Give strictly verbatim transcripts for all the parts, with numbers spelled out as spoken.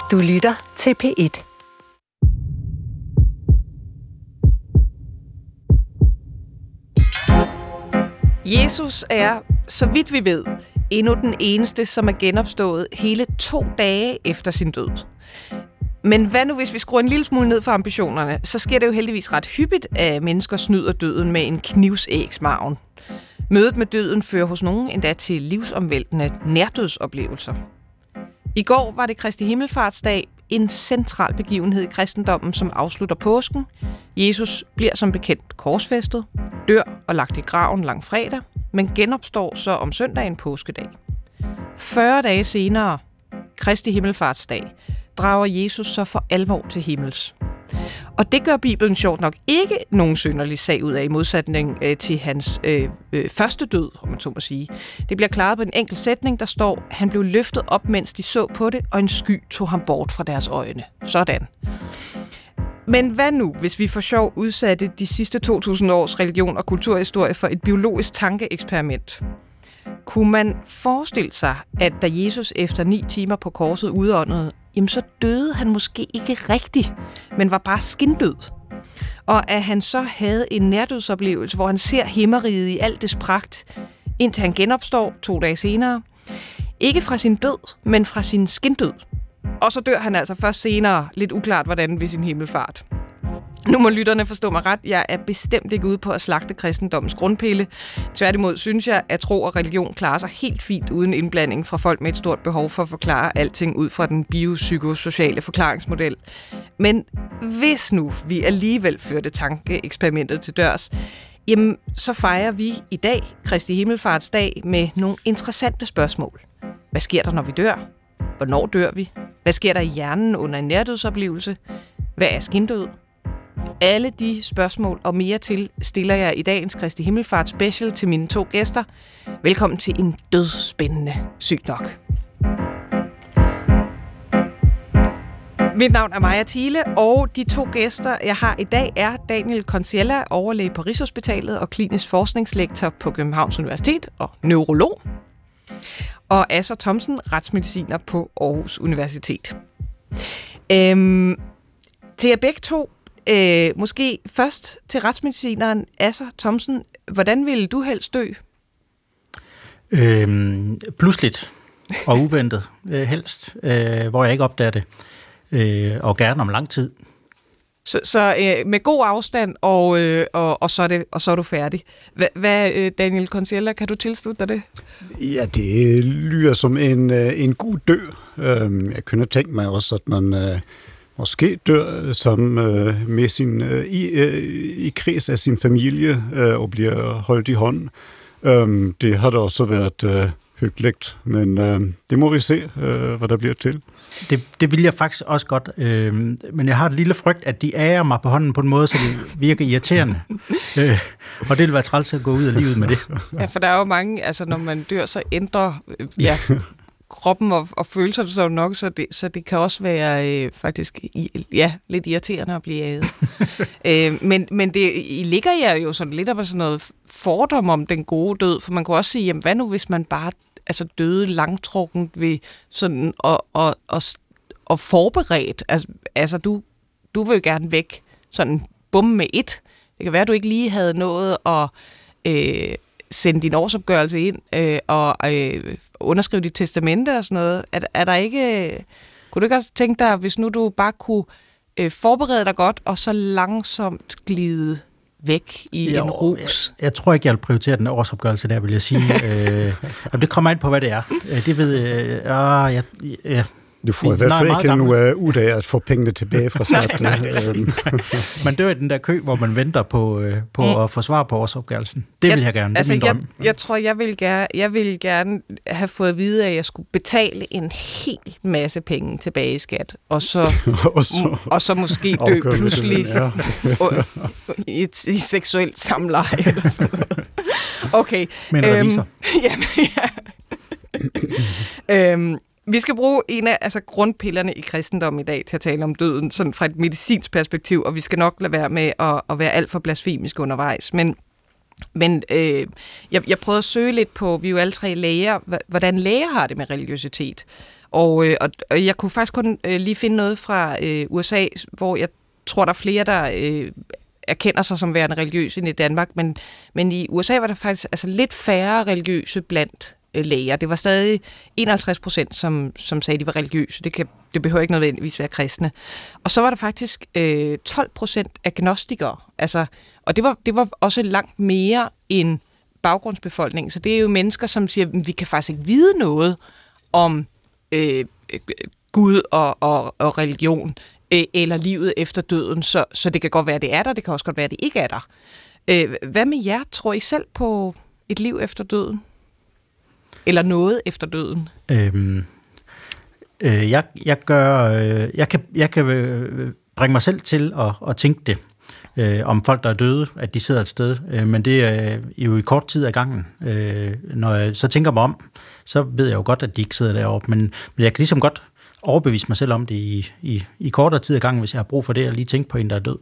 Du lytter til P et. Jesus er, så vidt vi ved, endnu den eneste, som er genopstået hele to dage efter sin død. Men hvad nu, hvis vi skruer en lille smule ned for ambitionerne, så sker det jo heldigvis ret hyppigt, at mennesker snyder døden med en knivsægsmarven. Mødet med døden fører hos nogen endda til livsomvæltende nærdødsoplevelser. I går var det Kristi Himmelfartsdag, en central begivenhed i kristendommen, som afslutter påsken. Jesus bliver som bekendt korsfæstet, dør og lagt i graven langfredag, men genopstår så om søndagen påskedag. fyrre dage senere, Kristi Himmelfartsdag, drager Jesus så for alvor til himmels. Og det gør Bibelen sjovt nok ikke nogen synderlig sag ud af, i modsætning øh, til hans øh, øh, første død, om man så må sige. Det bliver klaret på en enkelt sætning, der står, han blev løftet op, mens de så på det, og en sky tog ham bort fra deres øjne. Sådan. Men hvad nu, hvis vi for sjov udsatte de sidste to tusind års religion og kulturhistorie for et biologisk tankeeksperiment? Kunne man forestille sig, at da Jesus efter ni timer på korset udåndede, jamen så døde han måske ikke rigtigt, men var bare skindød. Og at han så havde en nærdødsoplevelse, hvor han ser himmeriget i alt dets pragt, indtil han genopstår to dage senere. Ikke fra sin død, men fra sin skindød. Og så dør han altså først senere, lidt uklart hvordan, ved sin himmelfart. Nu må lytterne forstå mig ret. Jeg er bestemt ikke ude på at slagte kristendommens grundpille. Tværtimod synes jeg, at tro og religion klarer sig helt fint uden indblanding fra folk med et stort behov for at forklare alting ud fra den biopsykosociale forklaringsmodel. Men hvis nu vi alligevel førte tankeeksperimentet til dørs, jamen så fejrer vi i dag Kristi Himmelfartsdag med nogle interessante spørgsmål. Hvad sker der, når vi dør? Hvornår dør vi? Hvad sker der i hjernen under en nærdødsoplevelse? Hvad er skindød? Alle de spørgsmål og mere til stiller jeg i dagens Kristi Himmelfart special til mine to gæster. Velkommen til en dødsspændende Sygt nok. Mit navn er Maja Thiele, og de to gæster, jeg har i dag, er Daniel Conciella, overlæge på Rigshospitalet og klinisk forskningslektor på Københavns Universitet og neurolog, og Asser Thomsen, retsmediciner på Aarhus Universitet. Øhm, til jer begge to, Øh, måske først til retsmedicineren Asser Thomsen. Hvordan ville du helst dø? Øhm, pludseligt og uventet øh, helst, øh, hvor jeg ikke opdager det, øh, og gerne om lang tid. Så, så øh, med god afstand, og, øh, og, og, så er det, og så er du færdig. Hva, hvad, øh, Daniel Conciella, kan du tilslutte dig det? Ja, det lyder som en, en god dø. Jeg kunne tænke mig også, at man øh, måske dør som øh, med sin, øh, i, øh, i kreds af sin familie øh, og bliver holdt i hånden. Um, det har da også været øh, hyggeligt, men øh, det må vi se, øh, hvad der bliver til. Det, det vil jeg faktisk også godt, øh, men jeg har et lille frygt, at de ærer mig på hånden på en måde, så det virker irriterende. øh, og det vil være træls at gå ud af livet med det. Ja, for der er jo mange, altså når man dør, så ændrer øh, ja, kroppen og, og følelserne så nok, så det, så det kan også være øh, faktisk i, ja, lidt irriterende at blive ædet. øh, men men det, I ligger jer jo sådan lidt af sådan noget fordom om den gode død, for man kunne også sige, jamen hvad nu hvis man bare altså døde langtrukkent ved sådan og, og, og, og forberedt. Altså, altså du, du vil jo gerne væk sådan bum med et. Det kan være, at du ikke lige havde nået at øh, sende din årsopgørelse ind øh, og øh, underskrive dit testamente og sådan noget. Er, er der ikke... Øh, kunne du ikke også tænke dig, hvis nu du bare kunne øh, forberede dig godt og så langsomt glide væk i jo, en rus? Jeg, jeg tror ikke, jeg vil prioritere den årsopgørelse der, vil jeg sige. øh, det kommer ind på, hvad det er. Det ved øh, øh, jeg... Ja. Du får i hvert fald ikke nu ud af at få pengene tilbage fra staten. nej, nej, nej. Man dør i den der kø, hvor man venter på, øh, på mm. at få svar på årsopgørelsen. Det jeg, vil jeg gerne. Det er altså, min drøm. Jeg, jeg tror, jeg vil, gerne, jeg vil gerne have fået at vide, at jeg skulle betale en hel masse penge tilbage i skat, og så, og så, og så måske dø pludselig ja. i et i seksuelt samleje. Eller sådan noget. Okay. Men øhm, revisor. Jamen, ja. øhm, Vi skal bruge en af altså, grundpillerne i kristendommen i dag til at tale om døden sådan fra et medicinsk perspektiv, og vi skal nok lade være med at, at være alt for blasfemiske undervejs. Men, men øh, jeg, jeg prøvede at søge lidt på, vi er jo alle tre læger, hvordan læger har det med religiøsitet. Og, øh, og, og jeg kunne faktisk kun øh, lige finde noget fra øh, U S A, hvor jeg tror, der er flere, der øh, erkender sig som værende religiøse end i Danmark, men, men i U S A var der faktisk altså, lidt færre religiøse blandt øh, læger. Det var stadig enoghalvtreds procent, som, som sagde, de var religiøse. Det, kan, det behøver ikke nødvendigvis være kristne. Og så var der faktisk øh, tolv procent agnostikere, altså, og det var, det var også langt mere end baggrundsbefolkningen. Så det er jo mennesker, som siger, at vi kan faktisk ikke vide noget om øh, Gud og, og, og religion, øh, eller livet efter døden, så, så det kan godt være, det er der, det kan også godt være, det ikke er der. Øh, hvad med jer? Tror I selv på et liv efter døden? Eller noget efter døden? Øhm, øh, jeg, jeg, gør, øh, jeg kan, jeg kan øh, bringe mig selv til at, at tænke det. Øh, om folk, der er døde, at de sidder et sted. Øh, men det er jo i kort tid ad gangen. Øh, når jeg så tænker mig om, så ved jeg jo godt, at de ikke sidder deroppe. Men, men jeg kan ligesom godt overbevise mig selv om det i, i, i kortere tid ad gangen, hvis jeg har brug for det, og lige tænke på en, der er død.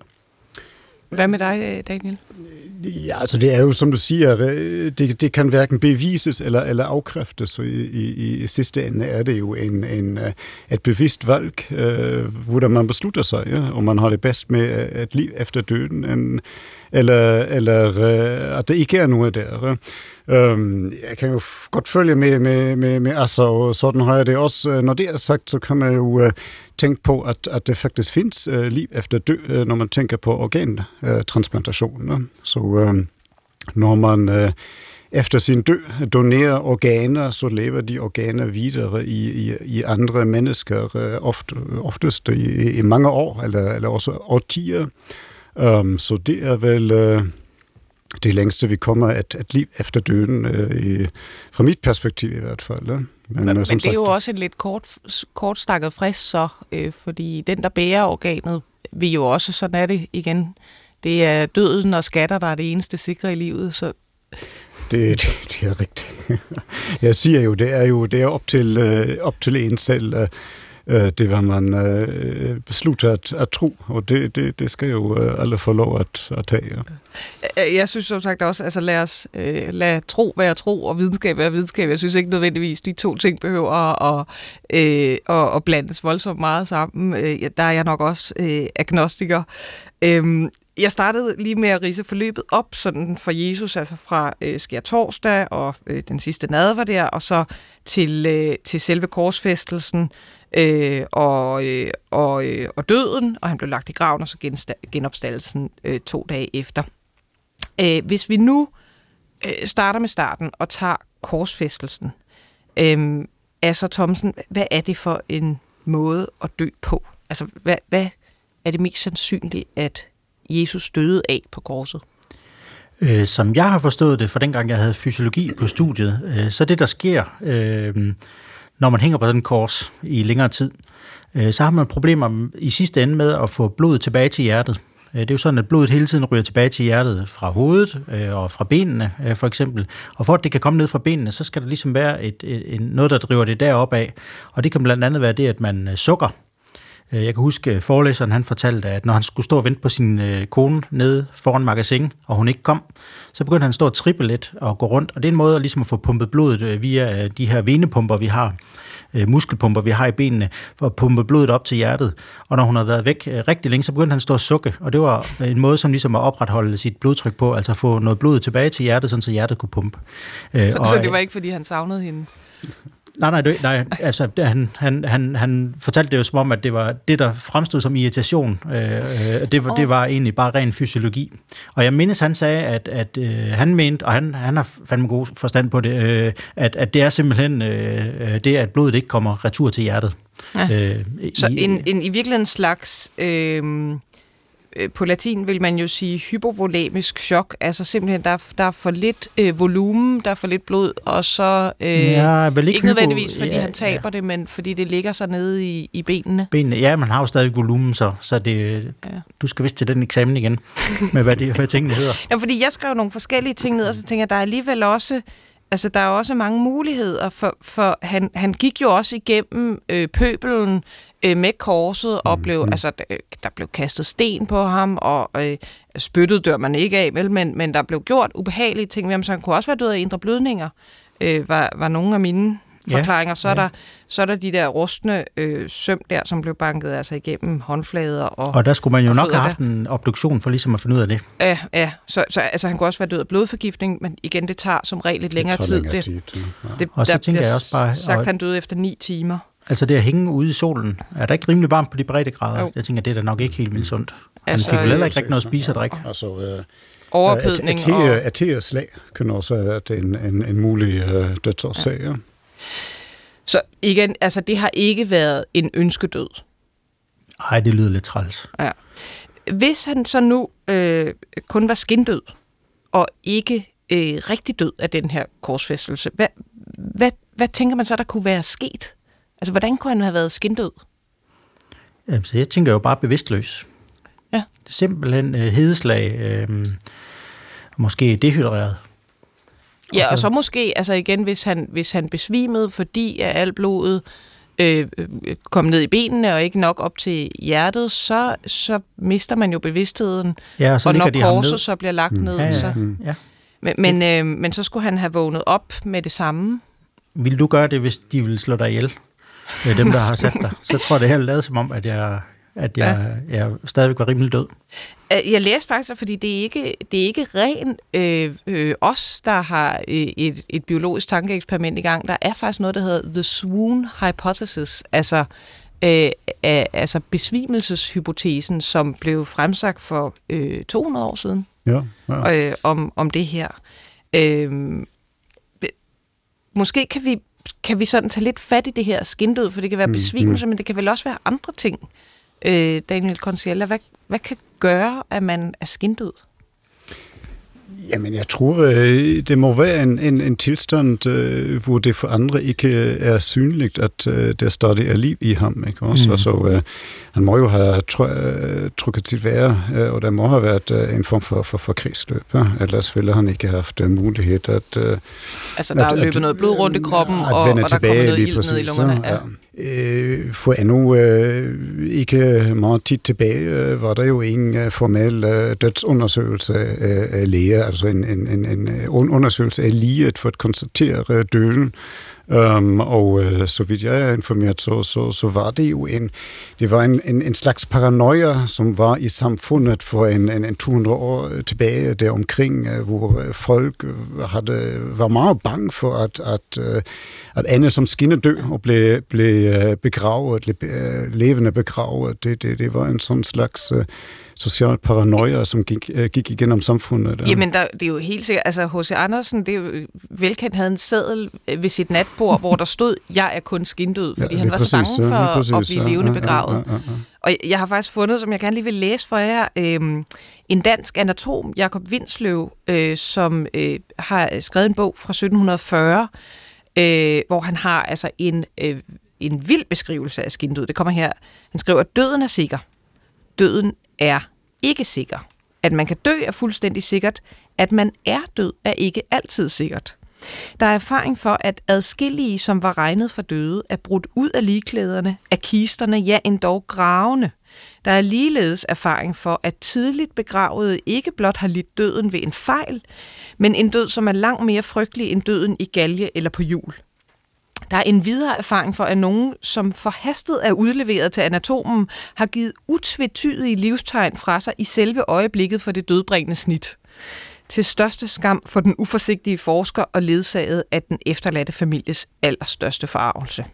Hvad med dig, Daniel? Ja, altså det er jo, som du siger, det, det kan hverken bevises eller, eller afkræftes, så i, i, i sidste ende er det jo en, en, et bevidst valg, øh, hvordan man beslutter sig, ja, om man har det bedst med et liv efter døden, en, eller, eller øh, at det ikke er noget der. Um, jeg kan jo godt følge med, med, med, med Asser, og sådan har jeg det også. Når det er sagt, så kan man jo uh, tænke på, at, at det faktisk findes uh, liv efter død, uh, når man tænker på organtransplantation. Uh, så uh, når man uh, efter sin død donerer organer, så lever de organer videre i, i, i andre mennesker, uh, ofte, oftest i, i mange år, eller, eller også årtier. Um, så det er vel... Uh, det længste, vi kommer et, et liv efter døden, øh, fra mit perspektiv i hvert fald. Ja. Men, men, men det sagt, er jo også en lidt kort, kortstakket frist så, øh, fordi den, der bærer organet, vil jo også, sådan er det igen, det er døden og skatter, der er det eneste sikre i livet, så... Det, det, det er rigtigt. Jeg siger jo, det er jo det er op til, øh, op til en selv, øh, det var man øh, beslutter at, at tro, og det, det, det skal jo øh, alle få lov at, at tage. Ja. Jeg synes som sagt også, altså lad os øh, lad tro være tro, og videnskab være videnskab. Jeg synes ikke nødvendigvis, de to ting behøver at, øh, at, at blandes voldsomt meget sammen. Øh, der er jeg nok også øh, agnostiker. Øh, Jeg startede lige med at ridse forløbet op sådan for Jesus, altså fra øh, skærtorsdag og øh, den sidste nadver der, og så til, øh, til selve korsfæstelsen øh, og, øh, og, øh, og døden, og han blev lagt i graven, og så gensta- genopstandelsen øh, to dage efter. Øh, hvis vi nu øh, starter med starten og tager korsfæstelsen, øh, Asser Thomsen, hvad er det for en måde at dø på? Altså, hvad, hvad er det mest sandsynligt, at Jesus døde af på korset? Øh, som jeg har forstået det, for dengang jeg havde fysiologi på studiet, øh, så det, der sker, øh, når man hænger på den kors i længere tid, øh, så har man problemer i sidste ende med at få blodet tilbage til hjertet. Det er jo sådan, at blodet hele tiden ryger tilbage til hjertet fra hovedet øh, og fra benene, øh, for eksempel. Og for at det kan komme ned fra benene, så skal der ligesom være et, et, et, noget, der driver det deroppe af. Og det kan blandt andet være det, at man sukker. Jeg kan huske, at forelæseren han fortalte, at når han skulle stå og vente på sin øh, kone nede foran magasin, og hun ikke kom, så begyndte han at stå og trippe lidt og gå rundt. Og det er en måde ligesom at få pumpet blodet øh, via øh, de her venepumper, vi har, øh, muskelpumper, vi har i benene, for at pumpe blodet op til hjertet. Og når hun havde været væk øh, rigtig længe, så begyndte han at stå og sukke. Og det var en måde som ligesom at opretholde sit blodtryk på, altså at få noget blod tilbage til hjertet, sådan så hjertet kunne pumpe. Øh, og, så det var ikke, fordi han savnede hende? Nej, nej, det, nej, altså han, han, han, han fortalte det jo som om, at det var det, der fremstod som irritation. Øh, det, var, oh. det var egentlig bare ren fysiologi. Og jeg mindes, han sagde, at, at øh, han mente, og han, han har fandme god forstand på det, øh, at, at det er simpelthen øh, det, at blodet ikke kommer retur til hjertet. Ja. Øh, Så i, en, en, i virkeligheden en slags... Øh, på latin vil man jo sige hypovolemisk chok, altså simpelthen, der, der er for lidt øh, volumen, der er for lidt blod, og så øh, ja, ikke, ikke nødvendigvis, fordi ja, han taber ja. det, men fordi det ligger så nede i, i benene. benene. Ja, man har jo stadig volumen, så, så det, ja. du skal vist til den eksamen igen, med hvad, det, hvad tingene hedder. Ja, fordi jeg skrev nogle forskellige ting ned, og så tænker jeg, der er alligevel også, altså der er også mange muligheder, for, for han, han gik jo også igennem øh, pøbelen, med korset, og blev, mm. altså, der blev kastet sten på ham, og øh, spyttet dør man ikke af, vel, men, men der blev gjort ubehagelige ting med ham, så han kunne også være død af indre blødninger, øh, var, var nogle af mine forklaringer. Så er, ja. der, så er der de der rustne øh, søm der, som blev banket altså igennem håndflader. Og, og der skulle man jo nok fødder have haft en obduktion for ligesom at finde ud af det. Ja, ja. Så, så altså, han kunne også være død af blodforgiftning, men igen, det tager som regel lidt længere det tid. Længere det, tid ja. det, og så der tænker jeg også bare... sagt, han døde efter ni timer. Altså det at hænge ude i solen, er der ikke rimelig varmt på de breddegrader? Jo. Jeg tænker, det er da nok ikke helt vildt sundt. Han Altså, fik vel heller øh, ikke rigtig noget at spise og drikke. Altså, øh, Overophedning at, at, og... at slag kunne også have været en, en, en mulig øh, dødsårsag. Ja. Så igen, altså det har ikke været en ønskedød. Nej, det lyder lidt træls. Ja. Hvis han så nu øh, kun var skindød, og ikke øh, rigtig død af den her korsfæstelse, hvad, hvad, hvad tænker man så, der kunne være sket? Altså, hvordan kunne han have været skindød? Jamen, så jeg tænker jo bare bevidstløs. Ja. Det er simpelthen øh, hedeslag, øh, måske dehydreret. Ja, og så måske, altså igen, hvis han, hvis han besvimede, fordi at alt blodet øh, kom ned i benene og ikke nok op til hjertet, så, så mister man jo bevidstheden. Ja, og, så og når de ham korset ned. så bliver lagt ned, ja, ja, så... ja. Men, men, øh, men så skulle han have vågnet op med det samme. Vil du gøre det, hvis de vil slå dig ihjel? Med dem, der har sat dig. Så tror jeg, det her lavet som om, at jeg, at jeg, ja. jeg stadigvæk var rimelig død. Jeg læste faktisk, fordi det er ikke, det er ikke ren øh, øh, os, der har øh, et, et biologisk tankeeksperiment i gang. Der er faktisk noget, der hedder The Swoon Hypothesis, altså, øh, øh, altså besvimelseshypotesen, som blev fremsagt for øh, to hundrede år siden Ja, ja. øh, om, om det her. Øh, måske kan vi, kan vi sådan tage lidt fat i det her skindød, for det kan være besvimelse, mm, mm. men det kan vel også være andre ting. Øh, Daniel Conciella, hvad, hvad kan gøre, at man er skindød? Jamen, jeg tror, det må være en, en, en tilstand, hvor det for andre ikke er synligt, at der stadig er liv i ham. Ikke? Også, mm. altså, han må jo have trukket sit være, og der må have været en form for, for, for krigsløb. Ja? Ellers ville han ikke have haft mulighed at... Altså, der er løbet noget blod rundt i kroppen, at, og, at og der tilbage, kommer noget ild præcis, ned i lungerne. Ja. Ja. Øh, for endnu øh, ikke meget tid tilbage øh, var der jo ingen øh, formel øh, dødsundersøgelse af, af læger, altså en, en, en, en undersøgelse af liget for at konstatere øh, døden. Um, og øh, så vidt jeg er informeret, så, så, så var det jo en, det var en, en, en slags paranoia, som var i samfundet for en, en, en to hundrede år tilbage deromkring, øh, hvor folk havde, var meget bange for at, at, øh, at ende som skinnedø og blev, blev begravet, blev, levende begravet. Det, det, det var en sådan slags øh, social paranoia, som gik, øh, gik igennem samfundet. Der. Jamen, der, det er jo helt sikkert, altså H C Andersen, det er jo velkendt, havde en seddel ved sit natbord, hvor der stod, jeg er kun skindød, fordi ja, han var præcis, så bange for ja, præcis, at blive levende ja, begravet. Ja, ja, ja, ja. Og jeg har faktisk fundet, som jeg gerne lige vil læse for jer, øh, en dansk anatom, Jakob Windsløv, øh, som øh, har skrevet en bog fra sytten fyrre, øh, hvor han har altså en, øh, en vild beskrivelse af skindød. Det kommer her. Han skriver, at døden er sikker. Døden er ikke sikker. At man kan dø er fuldstændig sikkert. At man er død er ikke altid sikkert. Der er erfaring for, at adskillige, som var regnet for døde, er brudt ud af ligklæderne, af kisterne, ja endog gravene. Der er ligeledes erfaring for, at tidligt begravede ikke blot har lidt døden ved en fejl, men en død, som er langt mere frygtelig end døden i galge eller på hjul. Der er en videre erfaring for, at nogen, som forhastet er udleveret til anatomen, har givet utvetydige livstegn fra sig i selve øjeblikket for det dødbringende snit. Til største skam for den uforsigtige forsker og ledsaget af den efterladte families allerstørste forarvelse.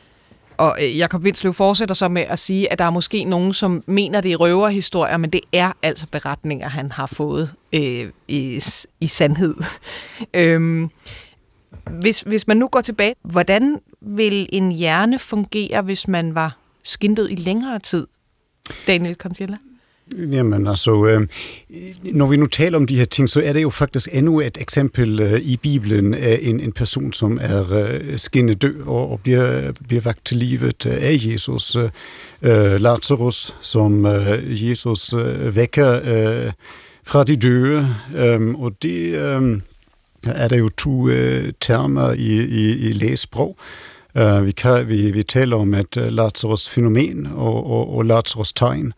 Og Jakob Windsløv fortsætter så med at sige, at der er måske nogen, som mener, det er røverhistorier, men det er altså beretninger, han har fået øh, i, i sandhed. øhm, hvis, hvis man nu går tilbage, hvordan vil en hjerne fungere, hvis man var skindød i længere tid? Daniel Conciella? Jamen altså, øh, når vi nu taler om de her ting, så er det jo faktisk endnu et eksempel øh, i Bibelen af en, en person, som er øh, skinnedød og, og bliver, bliver vakt til livet af Jesus. Øh, Lazarus, som øh, Jesus øh, vækker øh, fra de døde, øh, og det øh, er der jo to øh, termer i, i, i lægesprog. Uh, vi, kan, vi, vi taler om et uh, Lazarus-fænomen og, og, og Lazarus-tegn.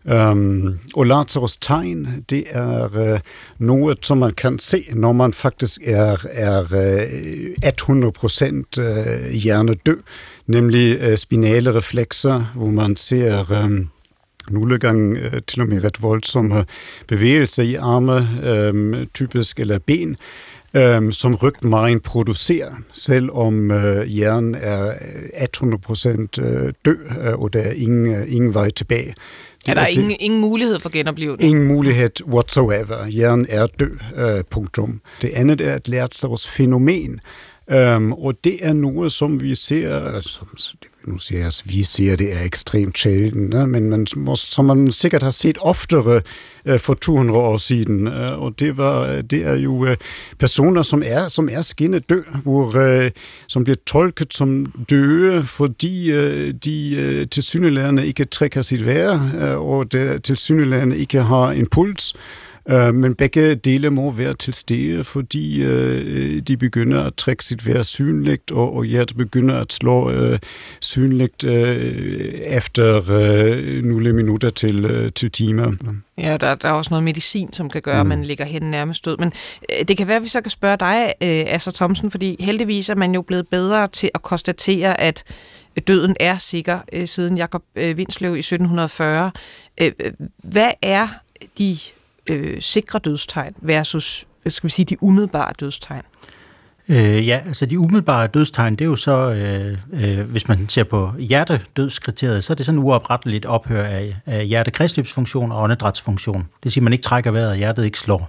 Um, og Lazarus tegn, det er uh, noget, som man kan se, når man faktisk er, er uh, hundrede procent uh, hjernedød, nemlig uh, spinale reflekser, hvor man ser um, nogle gange uh, til og med ret voldsomme bevægelser i arme, um, typisk, eller ben, Um, som rygmarven producerer, selvom uh, hjernen er hundrede procent uh, død, uh, og der er ingen, uh, ingen vej tilbage. Er der ingen, ingen mulighed for genoplivning? Ingen mulighed whatsoever. Hjernen er død, uh, punktum. Det andet er et Lazarus fænomen, um, og det er noget, som vi ser, altså, nu siger jeg, altså, vi ser, det er ekstremt sjældent, ne? men man, som man sikkert har set oftere uh, for to hundrede år siden, uh, og det, var, det er jo uh, personer, som er, som er skinnet død, hvor, uh, som bliver tolket som døde, fordi uh, de uh, tilsyneladende ikke trækker sit vejr, uh, og det tilsyneladende ikke har en puls. Uh, men begge dele må være til stede, fordi uh, de begynder at trække sit vejr synligt, og, og hjertet begynder at slå uh, synligt uh, efter uh, nogle minutter til, uh, til timer. Ja, der, der er også noget medicin, som kan gøre, mm. at man ligger hen nærmest død. Men øh, det kan være, at vi så kan spørge dig, øh, Asser Thomsen, fordi heldigvis er man jo blevet bedre til at konstatere, at døden er sikker, øh, siden Jacob øh, Winsløw i sytten fyrre. Øh, hvad er de øh, sikre dødstegn versus, skal vi sige, de umiddelbare dødstegn? Øh, ja, altså de umiddelbare dødstegn, det er jo så, øh, øh, hvis man ser på hjertedødskriteriet, så er det sådan uopretteligt ophør af, af hjertekredsløbsfunktion og åndedrætsfunktion. Det vil sige, at man ikke trækker vejret, og hjertet ikke slår.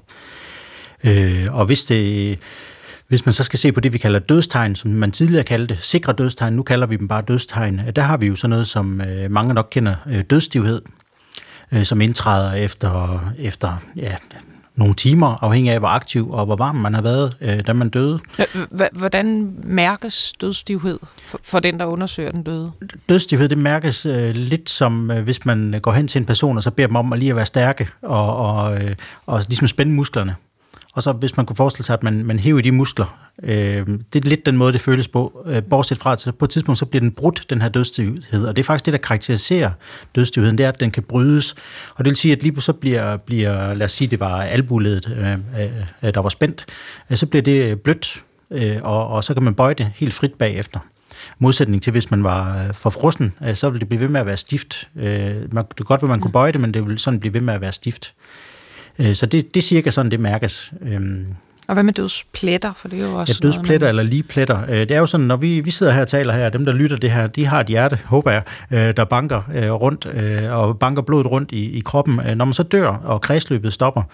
Øh, og hvis det... Hvis man så skal se på det, vi kalder dødstegn, som man tidligere kaldte sikre dødstegn, nu kalder vi dem bare dødstegn, der har vi jo sådan noget, som øh, mange nok kender, øh, dødsstivhed, øh, som indtræder efter, efter ja, nogle timer, afhængig af, hvor aktiv og hvor varm man har været, øh, da man døde. Hvordan mærkes dødsstivhed for, for den, der undersøger den døde? Dødsstivhed, det mærkes øh, lidt som, øh, hvis man går hen til en person, og så beder dem om at lige at være stærke, og, og, øh, og ligesom spænde musklerne. Og så hvis man kunne forestille sig, at man, man hæver de muskler, øh, det er lidt den måde, det føles på. Øh, bortset fra, at på et tidspunkt, så bliver den brudt, den her dødsstivhed. Og det er faktisk det, der karakteriserer dødsstivheden, det er, at den kan brydes. Og det vil sige, at lige så bliver, bliver lad os sige, det var albueledet, øh, øh, der var spændt, øh, så bliver det blødt, øh, og, og så kan man bøje det helt frit bagefter. Modsætning til, hvis man var for frossen, øh, så ville det blive ved med at være stift. Øh, man, det er godt, at man kunne bøje det, men det ville sådan blive ved med at være stift. Så det, det er cirka sådan, det mærkes. Og hvad med dødspletter? For det er jo også ja, dødspletter eller ligepletter. Det er jo sådan, når vi, vi sidder her og taler her, dem der lytter det her, de har et hjerte, håber jeg, der banker rundt og banker blodet rundt i, i kroppen. Når man så dør, og kredsløbet stopper,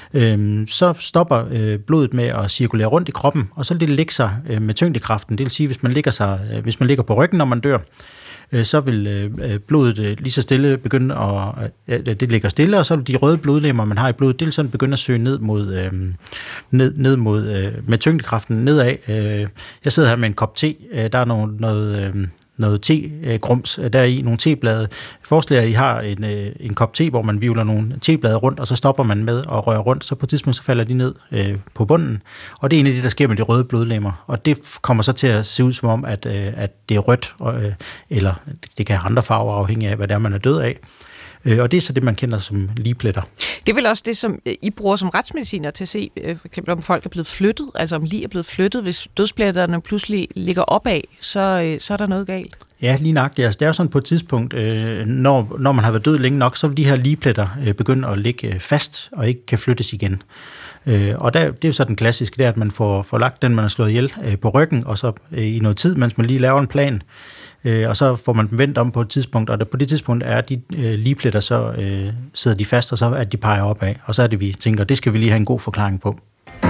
så stopper blodet med at cirkulere rundt i kroppen, og så vil det lægge sig med tyngdekraften. Det vil sige, hvis man ligger, sig, hvis man ligger på ryggen, når man dør, så vil blodet lige så stille begynde at, det ligger stille, og så vil de røde blodlegemer, man har i blodet, det vil sådan begynde at søge ned mod, ned, ned mod, med tyngdekraften nedad. Jeg sidder her med en kop te, der er noget, noget, noget te-grums der i, nogle teblade. Forestil jer, at I har en, en kop te, hvor man vivler nogle teblade rundt, og så stopper man med at røre rundt, så på et tidspunkt så falder de ned øh, på bunden, og det er en af det, der sker med de røde blodlegemer, og det kommer så til at se ud som om, at, øh, at det er rødt, og, øh, eller det kan have andre farver, afhængig af, hvad det er, man er død af. Og det er så det, man kender som ligepletter. Det er vel også det, som I bruger som retsmediciner til at se, for eksempel om folk er blevet flyttet, altså om lig er blevet flyttet. Hvis dødspletterne pludselig ligger opad, så, så er der noget galt. Ja, lige nøjagtigt. Altså, det er jo sådan på et tidspunkt, når, når man har været død længe nok, så vil de her ligepletter begynde at ligge fast og ikke kan flyttes igen. Og der, det er jo så den klassiske, det er, at man får, får lagt den, man har slået ihjel på ryggen, og så i noget tid, mens man lige laver en plan, og så får man dem vendt om på et tidspunkt, og på det tidspunkt er de øh, ligepletter, så øh, sidder de fast, og så er de peger opad, og så er det, vi tænker, det skal vi lige have en god forklaring på.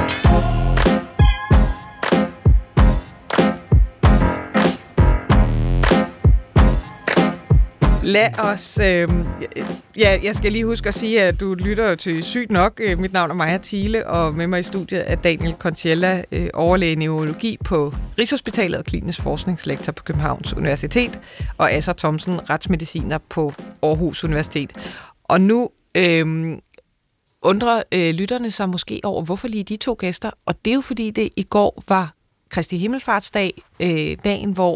Lad os... Øh, ja, jeg skal lige huske at sige, at du lytter til Sygt Nok. Mit navn er Maja Thiele, og med mig i studiet er Daniel Concella, øh, overlæge i neurologi på Rigshospitalet og klinisk forskningslektor på Københavns Universitet, og Asser Thomsen, retsmediciner på Aarhus Universitet. Og nu øh, undrer øh, lytterne sig måske over, hvorfor lige de to gæster, og det er jo fordi, det i går var Kristi Himmelfartsdag, øh, dagen, hvor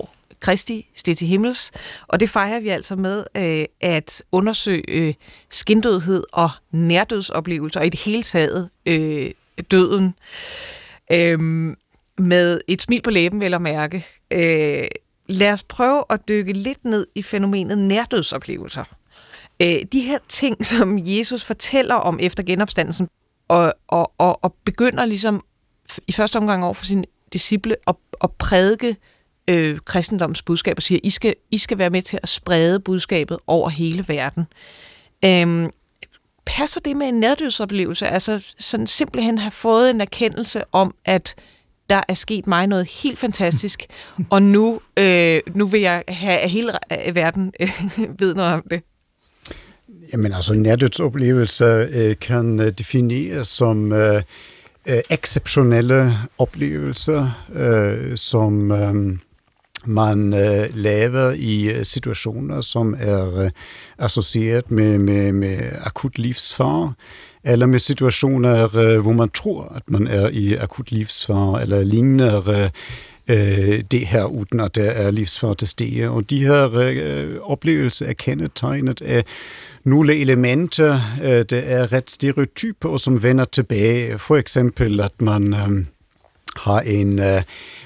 Kristi steg til himmels, og det fejrer vi altså med øh, at undersøge øh, skindødhed og nærdødsoplevelser, og i det hele taget øh, døden, øh, med et smil på læben, vel at mærke. Øh, lad os prøve at dykke lidt ned i fænomenet nærdødsoplevelser. Øh, de her ting, som Jesus fortæller om efter genopstandelsen, og, og, og, og begynder ligesom i første omgang over for sine disciple at, at prædike øh, kristendommens budskab og siger, I skal, I skal være med til at sprede budskabet over hele verden. Øh, passer det med en nærdødsoplevelse? Altså sådan simpelthen have fået en erkendelse om, at der er sket mig noget helt fantastisk, og nu, øh, nu vil jeg have, at hele verden øh, ved noget om det. Jamen altså, nærdødsoplevelser øh, kan øh, defineres som øh, øh, exceptionelle oplevelser, øh, som øh, man øh, laver i situationer, som er øh, associeret med, med, med akut livsfare, eller med situationer, øh, hvor man tror, at man er i akut livsfare, eller ligner øh, det her, uden at der er livsfare til stede. Og de her øh, oplevelser er kendetegnet af nogle elementer, øh, der er ret stereotyper, og som vender tilbage. For eksempel, at man øh, har en øh,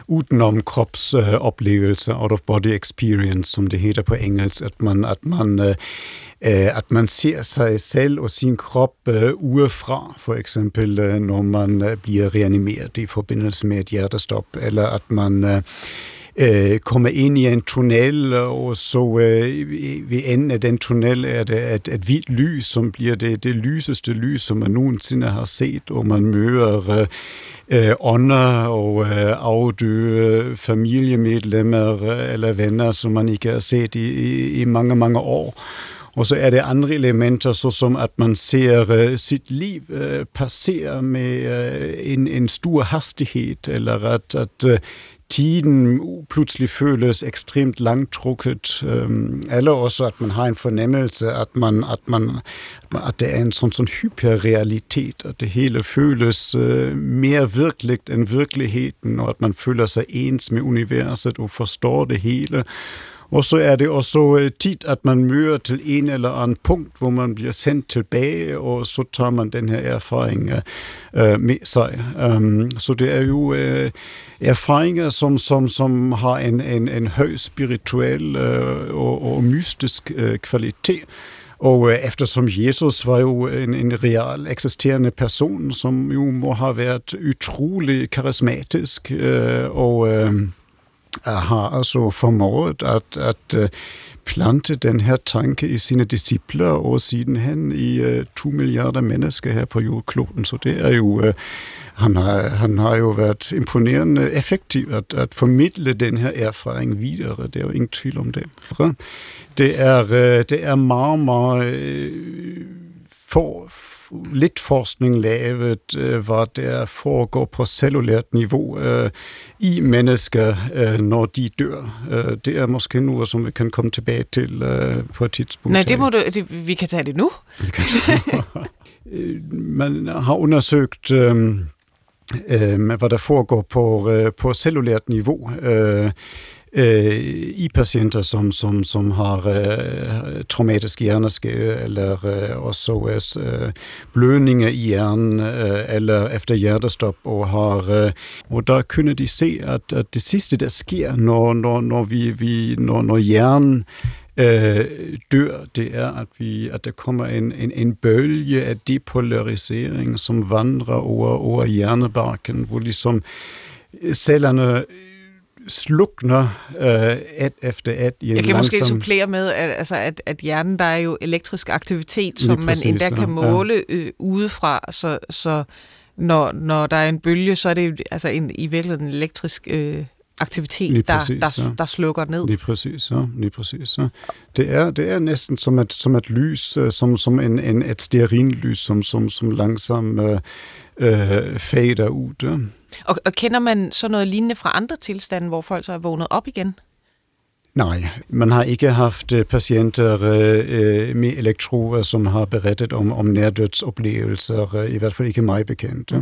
udenomkropsoplevelse, øh, out of body experience, som det hedder på engelsk, at man, at man øh, at man ser sig selv og sin krop øh, udefra, for eksempel øh, når man øh, bliver reanimeret i forbindelse med et hjertestop, eller at man øh, øh, kommer ind i en tunnel, og så øh, ved enden af den tunnel er det et, et hvidt lys, som bliver det, det lyseste lys, som man nogensinde har set, og man møder øh, ånder og øh, afdøde familiemedlemmer øh, eller venner, som man ikke har set i, i, i mange, mange år. Og så er det andre elementer, såsom at man ser uh, sit liv uh, passere med uh, en, en stor hastighed, eller at, at uh, tiden pludselig føles ekstremt langtrukket, um, eller også at man har en fornemmelse, at, man, at, man, at det er en sådan, sådan hyperrealitet, at det hele føles uh, mere virkeligt end virkeligheden, og at man føler sig ens med universet og forstår det hele. Og så er det også tit, at man møder til en eller anden punkt, hvor man bliver sendt tilbage, og så tager man den her erfaring uh, med sig. Um, så det er jo uh, erfaringer, som, som, som har en, en, en høj spirituel uh, og, og mystisk uh, kvalitet. Og uh, eftersom Jesus var jo en, en real eksisterende person, som jo må have været utrolig karismatisk, uh, og uh, har altså formået at, at uh, plante den her tanke i sine discipler, og sidenhen i uh, to milliarder mennesker her på jordkloden. Så det er jo, uh, han, har, han har jo været imponerende effektiv at, at formidle den her erfaring videre. Det er jo ingen tvivl om det. Det er, uh, det er meget, meget uh, for lidt forskning lavet, hvad der foregår på cellulært niveau øh, i mennesker, øh, når de dør. Øh, det er måske noget, som vi kan komme tilbage til øh, på et tidspunkt. Nej, det må du, det, vi kan tage det nu. Vi kan tage det. Man har undersøgt, øh, øh, hvad der foregår på, øh, på cellulært niveau, øh, i patienter, som, som, som har uh, traumatisk hjerneskade, eller uh, også uh, blødninger i hjernen, uh, eller efter hjertestop, og, har, uh, og der kunne de se, at, at det sidste, der sker, når, når, når, vi, vi, når, når hjernen uh, dør, det er, at, vi, at der kommer en, en, en bølge af depolarisering, som vandrer over, over hjernebarken, hvor ligesom cellerne slukner øh, et efter et. I en Jeg kan langsom... måske supplere med, at, altså, at, at hjernen, der er jo elektrisk aktivitet, som præcis, man endda ja. kan måle øh, udefra, så, så når, når der er en bølge, så er det altså en, i virkeligheden en elektrisk øh, aktivitet, præcis, der, der, der slukker ned. Lige præcis, ja. Lige præcis, ja. Det er, det er næsten som et, som et lys, som, som en, en, et stearinlys, som, som, som langsomt øh, øh, fader ud, ja. Og, og kender man så noget lignende fra andre tilstande, hvor folk så er vågnet op igen? Nej, man har ikke haft patienter øh, med elektroder, som har berettet om, om nærdødsoplevelser, i hvert fald ikke mig bekendt. Ja.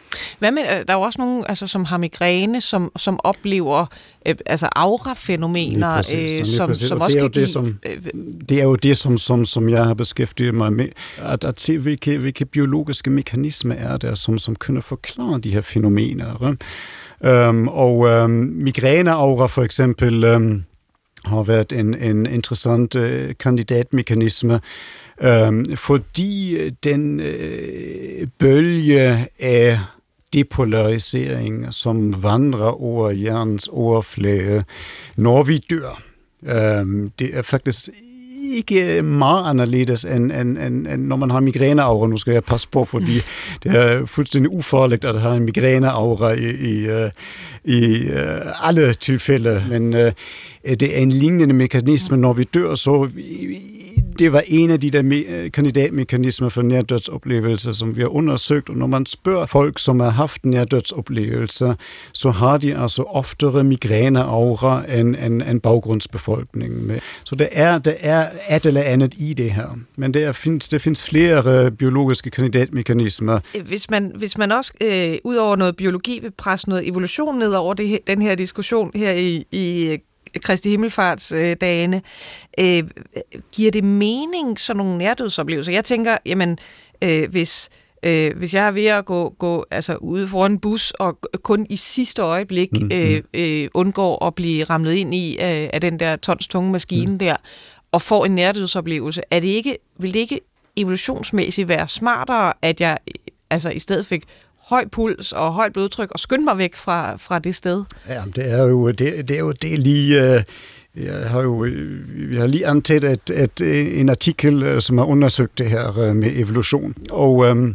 Hvad med, der er jo også nogen, altså, som har migræne, som, som oplever øh, altså aura-fænomener, øh, som, som også kan give... Det, som, det er jo det, som, som, som jeg har beskæftiget mig med, at, at se, hvilke, hvilke biologiske mekanismer er der, som, som kunne forklare de her fænomener. Um, og um, migræne-aura for eksempel um, har været en, en interessant uh, kandidatmekanisme, um, fordi den uh, bølge af depolarisering, som vandrer over hjernens overflade, når vi dør. Um, det er faktisk ikke meget anderledes, end, end, end, end når man har migræneaura. Nu skal jeg passe på, fordi det er fuldstændig ufarligt at have en migræneaura i, i, i alle tilfælde. Men uh, det er en lignende mekanisme, når vi dør, så det var en af de der me- kandidatmekanismer for nærdødsoplevelser, som vi har undersøgt. Og når man spørger folk, som har haft nærdødsoplevelser, så har de altså oftere migræneaura end, end, end baggrundsbefolkningen. Så der er, der er et eller andet i det her. Men der findes, der findes flere biologiske kandidatmekanismer. Hvis man, hvis man også, øh, ud over noget biologi, vil presse noget evolution ned over det, den her diskussion her i, i Kristi Himmelfartsdagene, øh, giver det mening, sådan nogle nærdødsoplevelser? Jeg tænker, jamen, øh, hvis, øh, hvis jeg er ved at gå, gå altså, ude foran en bus, og kun i sidste øjeblik øh, øh, undgår at blive ramlet ind i øh, af den der tons tunge maskine mm. der, og får en nærdødsoplevelse, er det ikke, vil det ikke evolutionsmæssigt være smartere, at jeg altså, i stedet fik høj puls og højt blodtryk og skyndte mig væk fra, fra det sted? Ja, det er jo det, det, er jo det lige... Uh, jeg har jo vi har lige antaget et, et, en artikel, som har undersøgt det her med evolution. Og um,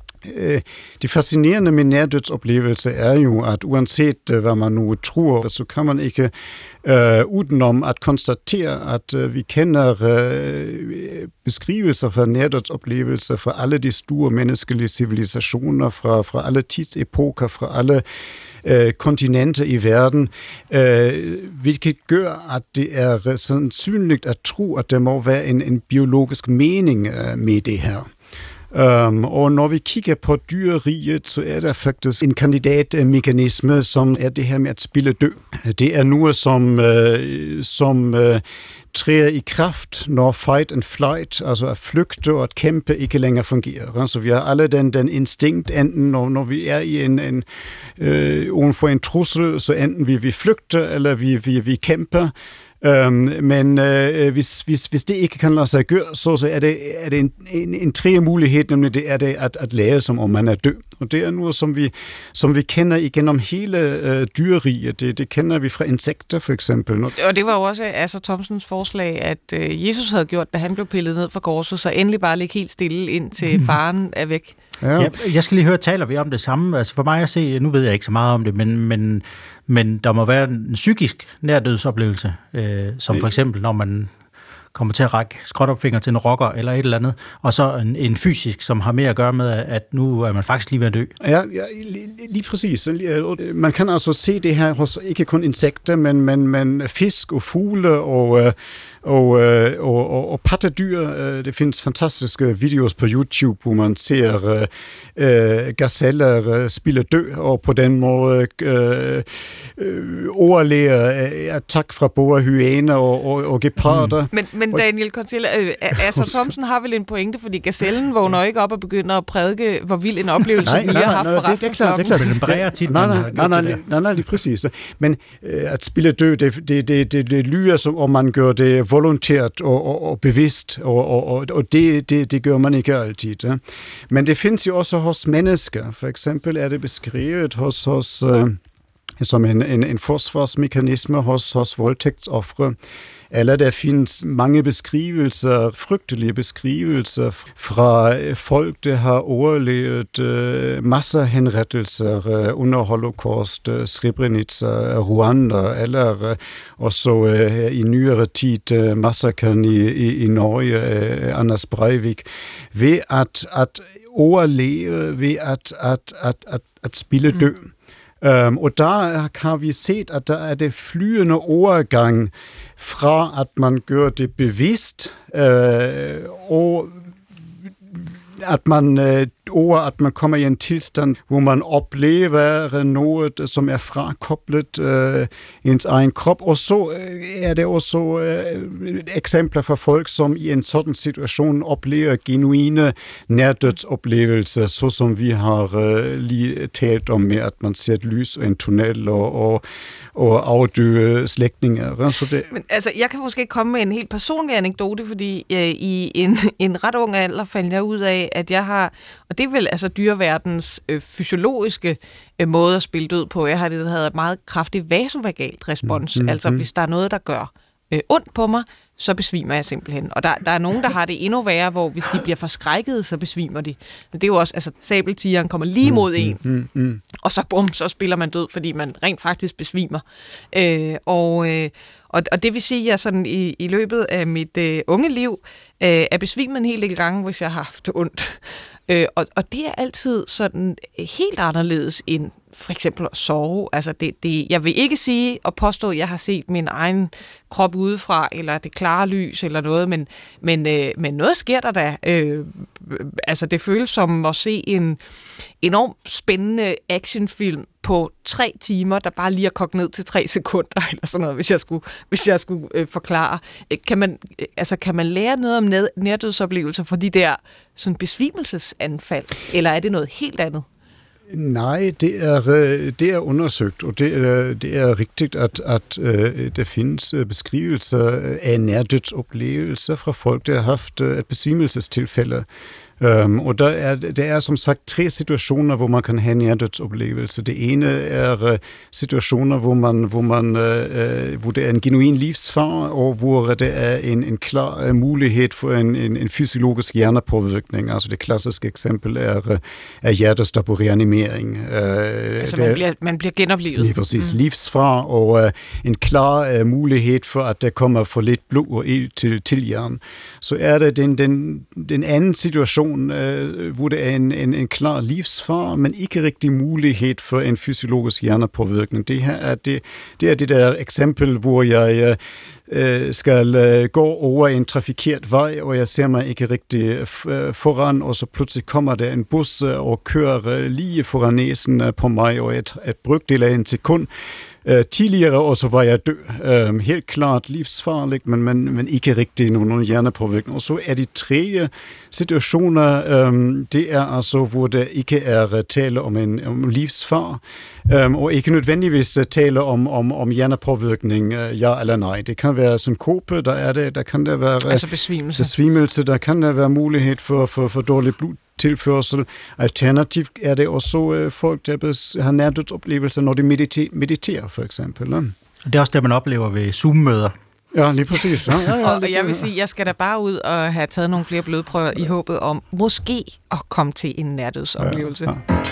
det fascinerende med nærdødsoplevelse er jo, at uanset hvad man nu tror, så kan man ikke uh, udenom at konstatere, at uh, vi kender uh, beskrivelser fra nærdødsoplevelser fra alle de store menneskelige civilisationer, fra, fra alle tidsepoker, fra alle uh, kontinenter i verden, uh, hvilket gør, at det er sandsynligt at tro, at der må være en, en biologisk mening uh, med det her. Um, og når vi kigger på dyreriget, så er der faktisk en kandidatmekanisme, som er det her med at spille død. Det er noget, som, uh, som uh, træder i kraft, når fight and flight, altså at flygte og at kæmpe, ikke længere fungerer. Så vi har alle den, den instinkt, enten når, når vi er i en, en øh, oven for en trussel, så enten vi, vi flygter, eller vi, vi, vi kæmper. Um, men uh, hvis, hvis, hvis det ikke kan lade sig gøre, så, så er det, er det en, en, en tredje mulighed, nemlig det er det at, at lære, som om man er død. Og det er noget, som vi, som vi kender igennem hele uh, dyreriget. Det, det kender vi fra insekter, for eksempel. Og det var jo også Asser Thomsens forslag, at uh, Jesus havde gjort, da han blev pillet ned fra korset, så endelig bare ligge helt stille, indtil faren er væk. Ja. Ja, jeg skal lige høre, taler vi om det samme? Altså for mig at se, nu ved jeg ikke så meget om det, men, men, men der må være en psykisk nærdødsoplevelse, øh, som for eksempel, når man kommer til at række skråtopfinger til en rocker eller et eller andet, og så en, en fysisk, som har mere at gøre med, at nu er man faktisk lige ved at dø. Ja, ja lige, lige præcis. Man kan altså se det her hos ikke kun insekter, men, men, men fisk og fugle og... Og, og, og, og pattedyr. Det findes fantastiske videoer på YouTube, hvor man ser uh, gazeller spille død, og på den måde uh, uh, overlærer uh, attack fra boa, hyæner og, og, og geparder. Men, men Daniel Cortella, Asser Thomsen har vel en pointe, fordi gazellen vågner ikke op og begynder at prædike, hvor vild en oplevelse vi lige har haft for resten af klokken. Det er klart. Nej, nej, nej, nej, nej, nej, det er præcis. Men uh, at spille død, det, det, det, det, det lyder som om man gør det volontært og, og, og bevidst, og, og, og det, det, det gør man ikke altid. Ja. Men det findes jo også hos mennesker. For eksempel er det beskrevet hos, hos, uh, som en, en, en forsvarsmekanisme hos, hos voldtægtsoffre. Eller der findes mange beskrivelser, frygtelige beskrivelser fra folk, der har overlevet uh, massehenrettelser uh, under Holocaust, uh, Srebrenica, Rwanda, eller uh, også uh, i nyere tid uh, massakren i, i, i Norge, uh, Anders Breivik, ved at, at overleve, ved at, at, at, at, at spille død. Mm. Um, og der har vi set, at der er det flyende overgang fra, at man gør det bevidst, øh, og at man øh, over, at man kommer i en tilstand, hvor man oplever noget, som er frakoblet øh, ens egen krop. Og så øh, er det også øh, eksempler fra folk, som i en sådan situation oplever genuine nærdødsoplevelser, så som vi har øh, lige talt om med, at man ser et lys og en tunnel og, og, og afdøde slægtninge. Så det... Men altså, jeg kan måske komme med en helt personlig anekdote, fordi øh, i en, en ret ung alder fandt jeg ud af, at jeg har, og det er vel altså dyreverdens øh, fysiologiske øh, måde at spille død på, jeg har det, der hedder et meget kraftig vasovagalt respons, mm, mm, altså hvis der er noget, der gør øh, ondt på mig, så besvimer jeg simpelthen. Og der, der er nogen, der har det endnu værre, hvor hvis de bliver forskrækket, så besvimer de. Men det er jo også, altså sabeltigeren kommer lige mod en, mm, mm, mm. og så bum, så spiller man død, fordi man rent faktisk besvimer. Øh, og, øh, og, og det vil sige, at jeg sådan i, i løbet af mit øh, unge liv øh, er besvimet en hel del gange, hvis jeg har haft ondt. Øh, og, og det er altid sådan helt anderledes end for eksempel at sove. Altså det, det, jeg vil ikke sige og påstå, at jeg har set min egen krop udefra, eller det klare lys, eller noget, men, men, øh, men noget sker der da. Øh, altså det føles som at se en enormt spændende actionfilm på tre timer, der bare lige er kogt ned til tre sekunder, eller sådan noget, hvis jeg skulle, hvis jeg skulle øh, forklare. Kan man, altså, kan man lære noget om nærdødsoplevelser for de der sådan besvimelsesanfald, eller er det noget helt andet? Nej, det er, det er undersøgt, og det er, det er rigtigt, at, at uh, der findes beskrivelser af nærdødsoplevelser fra folk, der har haft et besvimelsestilfælde. Um, og der er, der er som sagt tre situationer, hvor man kan have nærdødsoplevelser. Det ene er uh, situationer, hvor, man, hvor, man, uh, hvor det er en genuin livsfar, og hvor det er en, en klar uh, mulighed for en, en, en fysiologisk hjernepåvirkning. Altså det klassiske eksempel er, uh, er hjertestop og reanimering. Uh, altså man bliver, man bliver genoplevet. Lige præcis. Mm. Livsfar og uh, en klar uh, mulighed for, at der kommer for lidt blod og ild til, til hjernen. Så er det den, den, den anden situation, hvor det er en, en, en klar livsfar, men ikke rigtig mulighed for en fysiologisk hjernepåvirkning. Det her er det, det er det der eksempel, hvor jeg øh, skal øh, gå over en trafikeret vej, og jeg ser mig ikke rigtig øh, foran, og så pludselig kommer der en bus og kører lige foran næsen på mig, og et, et brøkdel af en sekund. Uh, tidligere, og så var jeg død. Uh, helt klart livsfarligt, men, men, men ikke rigtig nogen, nogen hjernepåvirkning. Og så er de tre situationer, um, det er altså, hvor der ikke er tale om en om livsfar, um, og ikke nødvendigvis tale om, om, om hjernepåvirkning, uh, ja eller nej. Det kan være synkope, der er det, der kan der være altså besvimelse. besvimelse, der kan der være mulighed for, for, for dårlig blod tilførsel. Alternativt er det også øh, folk, der har nærdødsoplevelser, når de mediter- mediterer, for eksempel. Ja. Det er også det, man oplever ved Zoom-møder. Ja, lige præcis. Ja, ja, ja, og jeg vil sige, jeg skal da bare ud og have taget nogle flere blodprøver i håbet om måske at komme til en nærdødsoplevelse. Ja, ja.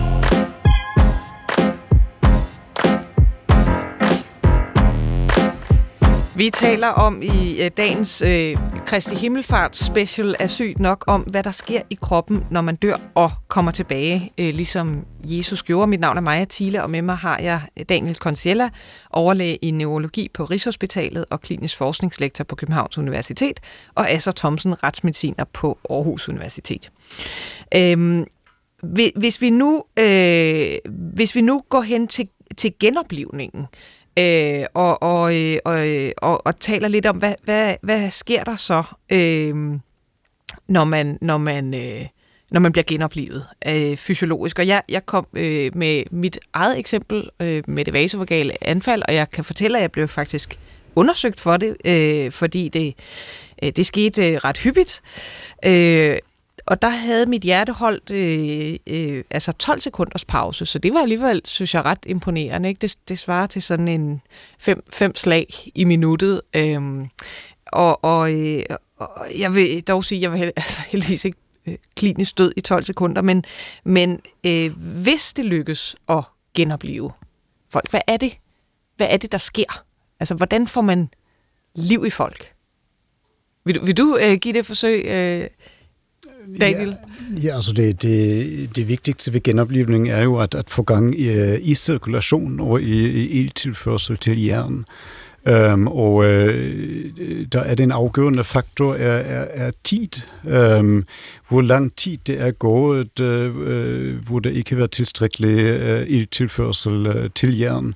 Vi taler om i øh, dagens øh, Kristi Himmelfart special er sygt nok om, hvad der sker i kroppen, når man dør og kommer tilbage, øh, ligesom Jesus gjorde. Mit navn er Maja Thiele, og med mig har jeg Daniel Conciella, overlæge i neurologi på Rigshospitalet og klinisk forskningslektor på Københavns Universitet, og Asser Thomsen, retsmediciner på Aarhus Universitet. Øhm, hvis, vi nu, øh, hvis vi nu går hen til, til genoplivningen, Øh, og, og, og, og, og taler lidt om, hvad, hvad, hvad sker der så, øh, når, man, når, man, øh, når man bliver genoplivet øh, fysiologisk. Og jeg, jeg kom øh, med mit eget eksempel øh, med det vasovagale anfald, og jeg kan fortælle, at jeg blev faktisk undersøgt for det, øh, fordi det, øh, det skete øh, ret hyppigt. Øh, Og der havde mit hjerte holdt øh, øh, altså tolv sekunders pause, så det var alligevel, synes jeg, ret imponerende. Ikke? Det, det svarer til sådan en fem, fem slag i minuttet. Øhm, og, og, øh, og jeg vil dog sige, at jeg var altså, heldigvis ikke øh, klinisk død i tolv sekunder, men, men øh, hvis det lykkes at genopleve folk, hvad er det? Hvad er det, der sker? Altså, hvordan får man liv i folk? Vil du, vil du øh, give det et forsøg, øh, Daniel? Ja, ja, altså det, det, det vigtigste ved genoplivning er jo at, at få gang i, i cirkulation og i, i ildtilførsel til hjernen. Um, og øh, der er den afgørende faktor er, er, er tid. Um, hvor lang tid det er gået, øh, hvor der ikke har været tilstrækkelig øh, ildtilførsel øh, til jern.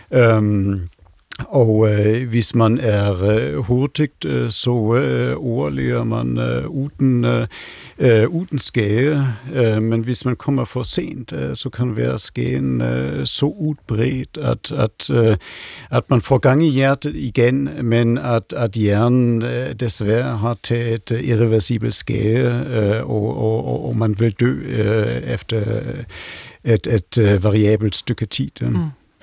Um, Og øh, hvis man er øh, hurtigt, øh, så øh, overlever man øh, uden, øh, uden skade. Øh, men hvis man kommer for sent, øh, så kan være skaden øh, så udbredt, at, at, øh, at man får gang i hjertet igen, men at, at hjernen øh, desværre har taget irreversibel skade, øh, og, og, og man vil dø øh, efter et, et, et variabelt stykke tid. Mm.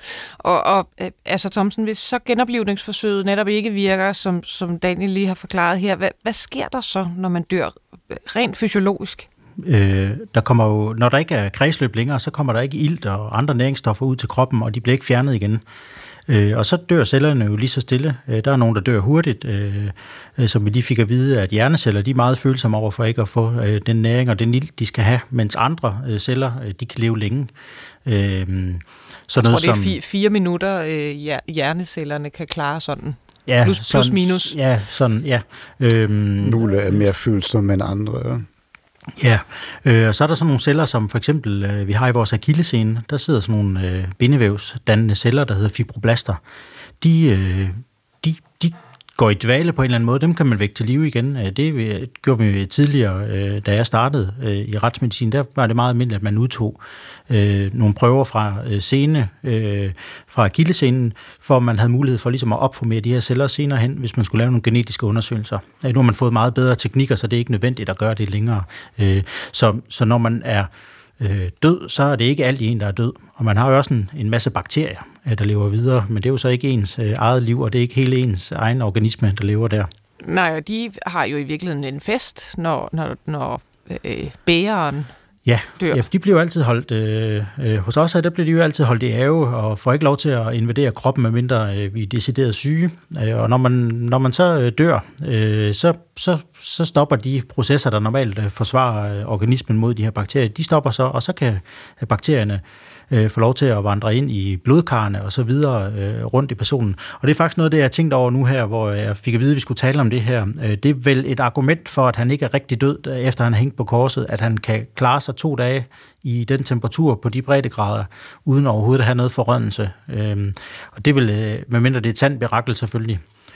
Og, og altså Thomsen, hvis så genoplivningsforsøget netop ikke virker, som, som Daniel lige har forklaret her, hvad, hvad sker der så, når man dør rent fysiologisk? Øh, der kommer jo, når der ikke er kredsløb længere, så kommer der ikke ilt og andre næringsstoffer ud til kroppen, og de bliver ikke fjernet igen. Øh, og så dør cellerne jo lige så stille. Øh, der er nogen, der dør hurtigt, øh, øh, som vi lige fik at vide, at hjerneceller de er meget følsomme over for ikke at få øh, den næring og den ilt, de skal have, mens andre øh, celler, øh, de kan leve længe. Øh, så Jeg noget, tror, det er som, fire, fire minutter, øh, hjernecellerne kan klare sådan. ja, Plus, sådan, plus minus. Ja, sådan, ja. Øh, Nogle er mere følsomme end andre. Ja, øh, og så er der sådan nogle celler, som for eksempel øh, vi har i vores akillescene. Der sidder sådan nogle øh, bindevævsdannende celler, der hedder fibroblaster. De, øh, de, de går i dvale på en eller anden måde. Dem kan man vække til live igen. Det gjorde vi tidligere, øh, da jeg startede øh, i retsmedicin. Der var det meget almindeligt, at man udtog øh, nogle prøver fra øh, sene, øh, fra akillescenen, for at man havde mulighed for ligesom at opformere de her celler senere hen, hvis man skulle lave nogle genetiske undersøgelser. Nu har man fået meget bedre teknikker, så det er ikke nødvendigt at gøre det længere. Øh, så, så når man er øh, død, så er det ikke alt i en, der er død. Og man har jo også en, en masse bakterier, der lever videre, men det er jo så ikke ens øh, eget liv, og det er ikke hele ens egen organisme, der lever der. Nej, og de har jo i virkeligheden en fest, når, når, når øh, bæreren Ja, dør. ja, for de bliver jo altid holdt, øh, øh, hos os her, der bliver de jo altid holdt i ave, og får ikke lov til at invadere kroppen, medmindre øh, vi er decideret syge. Øh, og når man, når man så øh, dør, øh, så, så, så stopper de processer, der normalt øh, forsvarer øh, organismen mod de her bakterier, de stopper så, og så kan øh, bakterierne øh, få lov til at vandre ind i blodkarrene og så videre øh, rundt i personen. Og det er faktisk noget af det, jeg har tænkt over nu her, hvor jeg fik at vide, at vi skulle tale om det her. Øh, det er vel et argument for, at han ikke er rigtig død, efter han har hængt på korset, at han kan klare sig to dage i den temperatur på de breddegrader, uden overhovedet at have noget forrødelse. Øhm, og det vil, øh, medmindre det er et sandt mirakel selvfølgelig.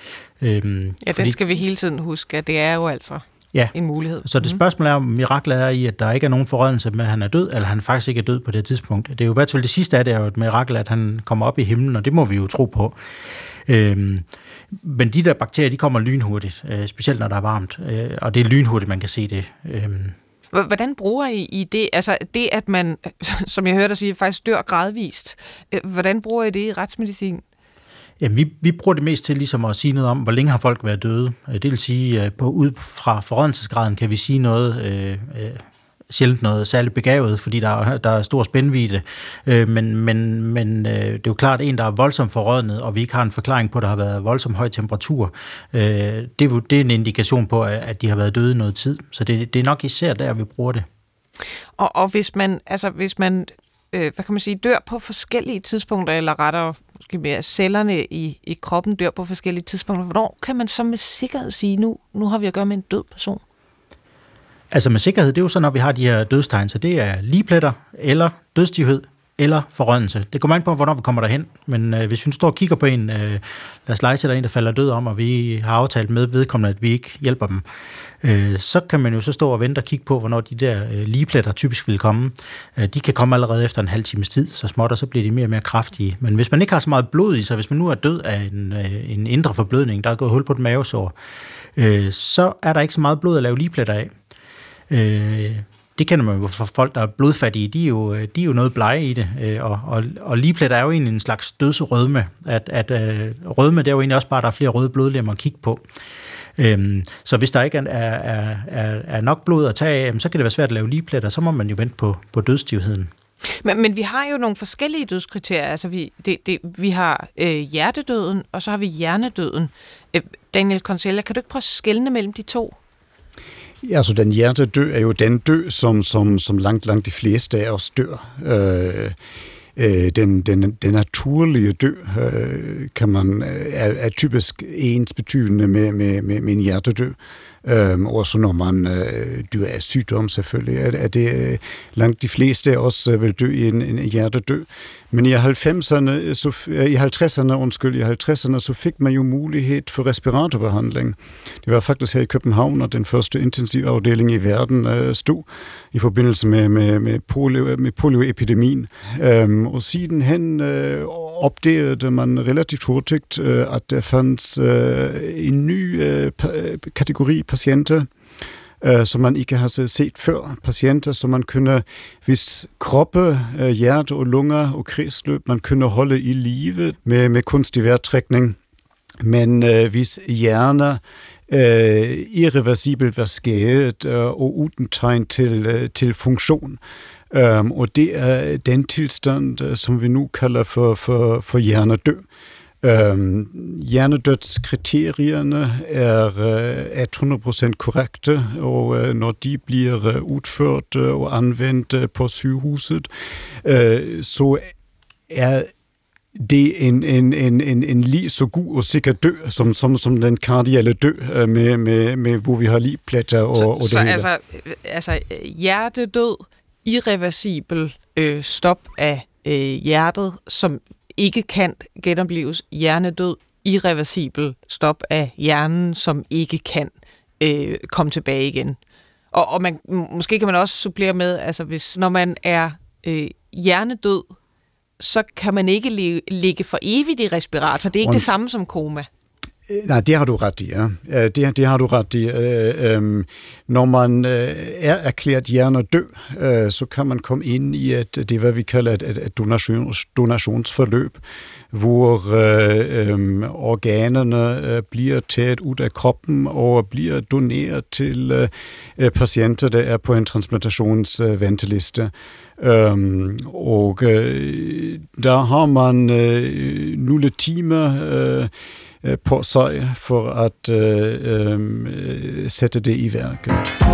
Øhm, ja, fordi, den skal vi hele tiden huske, at det er jo altså ja, en mulighed. Så det spørgsmål er, om miraklet er i, at der ikke er nogen forrødelse med, at han er død, eller han faktisk ikke er død på det tidspunkt. Det er jo i hvert fald det sidste af det, er jo et mirakel, at han kommer op i himlen, og det må vi jo tro på. Øhm, men de der bakterier, de kommer lynhurtigt, øh, specielt når der er varmt, øh, og det er lynhurtigt, man kan se det. Øhm, Hvordan bruger I, I det, altså det, at man, som jeg hørte dig sige, faktisk dør gradvist? Hvordan bruger I det i retsmedicin? Jamen, vi, vi bruger det mest til ligesom at sige noget om, hvor længe har folk været døde. Det vil sige, at på, ud fra forrådnelsesgraden kan vi sige noget, øh, øh, sjældent noget særligt begavet, fordi der er, der er stor spændvidde. Øh, men men, men øh, det er jo klart, at en, der er voldsomt forrådnet, og vi ikke har en forklaring på, at der har været voldsomt høj temperatur, øh, det, er, det er en indikation på, at de har været døde i noget tid. Så det, det er nok især der, vi bruger det. Og, og hvis man, altså hvis man øh, hvad kan man sige, dør på forskellige tidspunkter, eller rettere måske mere, cellerne i, i kroppen dør på forskellige tidspunkter, hvornår kan man så med sikkerhed sige, nu, nu har vi at gøre med en død person? Altså med sikkerhed, det er jo så, når vi har de her dødstegn, så det er ligepletter, eller dødsstivhed, eller forrådnelse. Det kommer an på, hvornår vi kommer derhen, men øh, hvis vi nu står og kigger på en, øh, lad os lege til der en, der falder død om, og vi har aftalt med vedkommende, at vi ikke hjælper dem, øh, så kan man jo så stå og vente og kigge på, hvornår de der øh, ligepletter typisk vil komme. Øh, de kan komme allerede efter en halv times tid, så småt, og så bliver de mere og mere kraftige. Men hvis man ikke har så meget blod i sig, hvis man nu er død af en, øh, en indre forblødning, der er gået hul på et mavesår, øh, så er der ikke så meget blod at lave ligepletter af. Øh, det kender man jo fra folk, der er blodfattige, de er jo, de er jo noget blege i det, øh, og, og, og ligepletter er jo egentlig en slags dødsrødme, at, at øh, rødme, det er jo egentlig også bare, at der er flere røde blodlemmer at kigge på. Øhm, så hvis der ikke er, er, er, er nok blod at tage af, så kan det være svært at lave ligepletter, så må man jo vente på, på dødsstivheden. Men, men vi har jo nogle forskellige dødskriterier. Altså vi, det, det, vi har øh, hjertedøden, og så har vi hjernedøden. Øh, Daniel Consella, kan du ikke prøve at skelne mellem de to? Ja, altså den hjertedød er jo den død, som, som, som langt, langt de fleste af os dør. Øh, øh, den, den, den naturlige død øh, kan man, er, er typisk ensbetydende med, med, med, med en hjertedød. Øhm, også når man øh, dør af sygdom selvfølgelig, er, er det øh, langt de fleste også øh, vil dø i en, en hjertedød. Men i halvfemserne, så, øh, i halvtredserne, undskyld, i halvtredserne, så fik man jo mulighed for respiratorbehandling. Det var faktisk her i København, og den første intensivafdeling i verden øh, stod i forbindelse med, med, med, polio, med polioepidemien. Øhm, og sidenhen øh, opdagede man relativt hurtigt, øh, at der fandt øh, en ny øh, kategori patienter, øh, som man ikke har set før. Patienter, som man kunne, hvis kroppe, øh, hjerte og lunger og kredsløb, man kunne holde i livet med, med kunstig vejrtrækning. Men øh, hvis hjerner øh, irreversibelt var skadet øh, og uden tegn til, øh, til funktion. Um, og det er den tilstand, uh, som vi nu kalder for, for, for hjernedød. Um, hjernedødskriterierne er uh, hundrede procent korrekte, og uh, når de bliver uh, udført uh, og anvendt uh, på sygehuset, uh, så er det en, en, en, en, en lige så god og sikker død, som, som, som den kardiale død, uh, med, med, med, hvor vi har ligpletter og, så, og det så hele. altså, altså hjertedød, irreversibel øh, stop af øh, hjertet, som ikke kan genoplives, hjernedød, irreversibel stop af hjernen, som ikke kan øh, komme tilbage igen. Og, og man, måske kan man også supplere med, altså hvis når man er øh, hjernedød, så kan man ikke le- ligge for evigt i respirator. Det er ikke det samme som koma. Nej, det har du ret i, ja. Det, det har du ret i. Når man er erklæret hjernedød, så kan man komme ind i et, det, hvad vi kalder et, et donations, donationsforløb, hvor øhm, organerne øh, bliver taget ud af kroppen og bliver doneret til øh, patienter, der er på en transplantationsventeliste. Øhm, og øh, der har man øh, nogle timer øh, på sig for at øh, øh, sætte det i værk.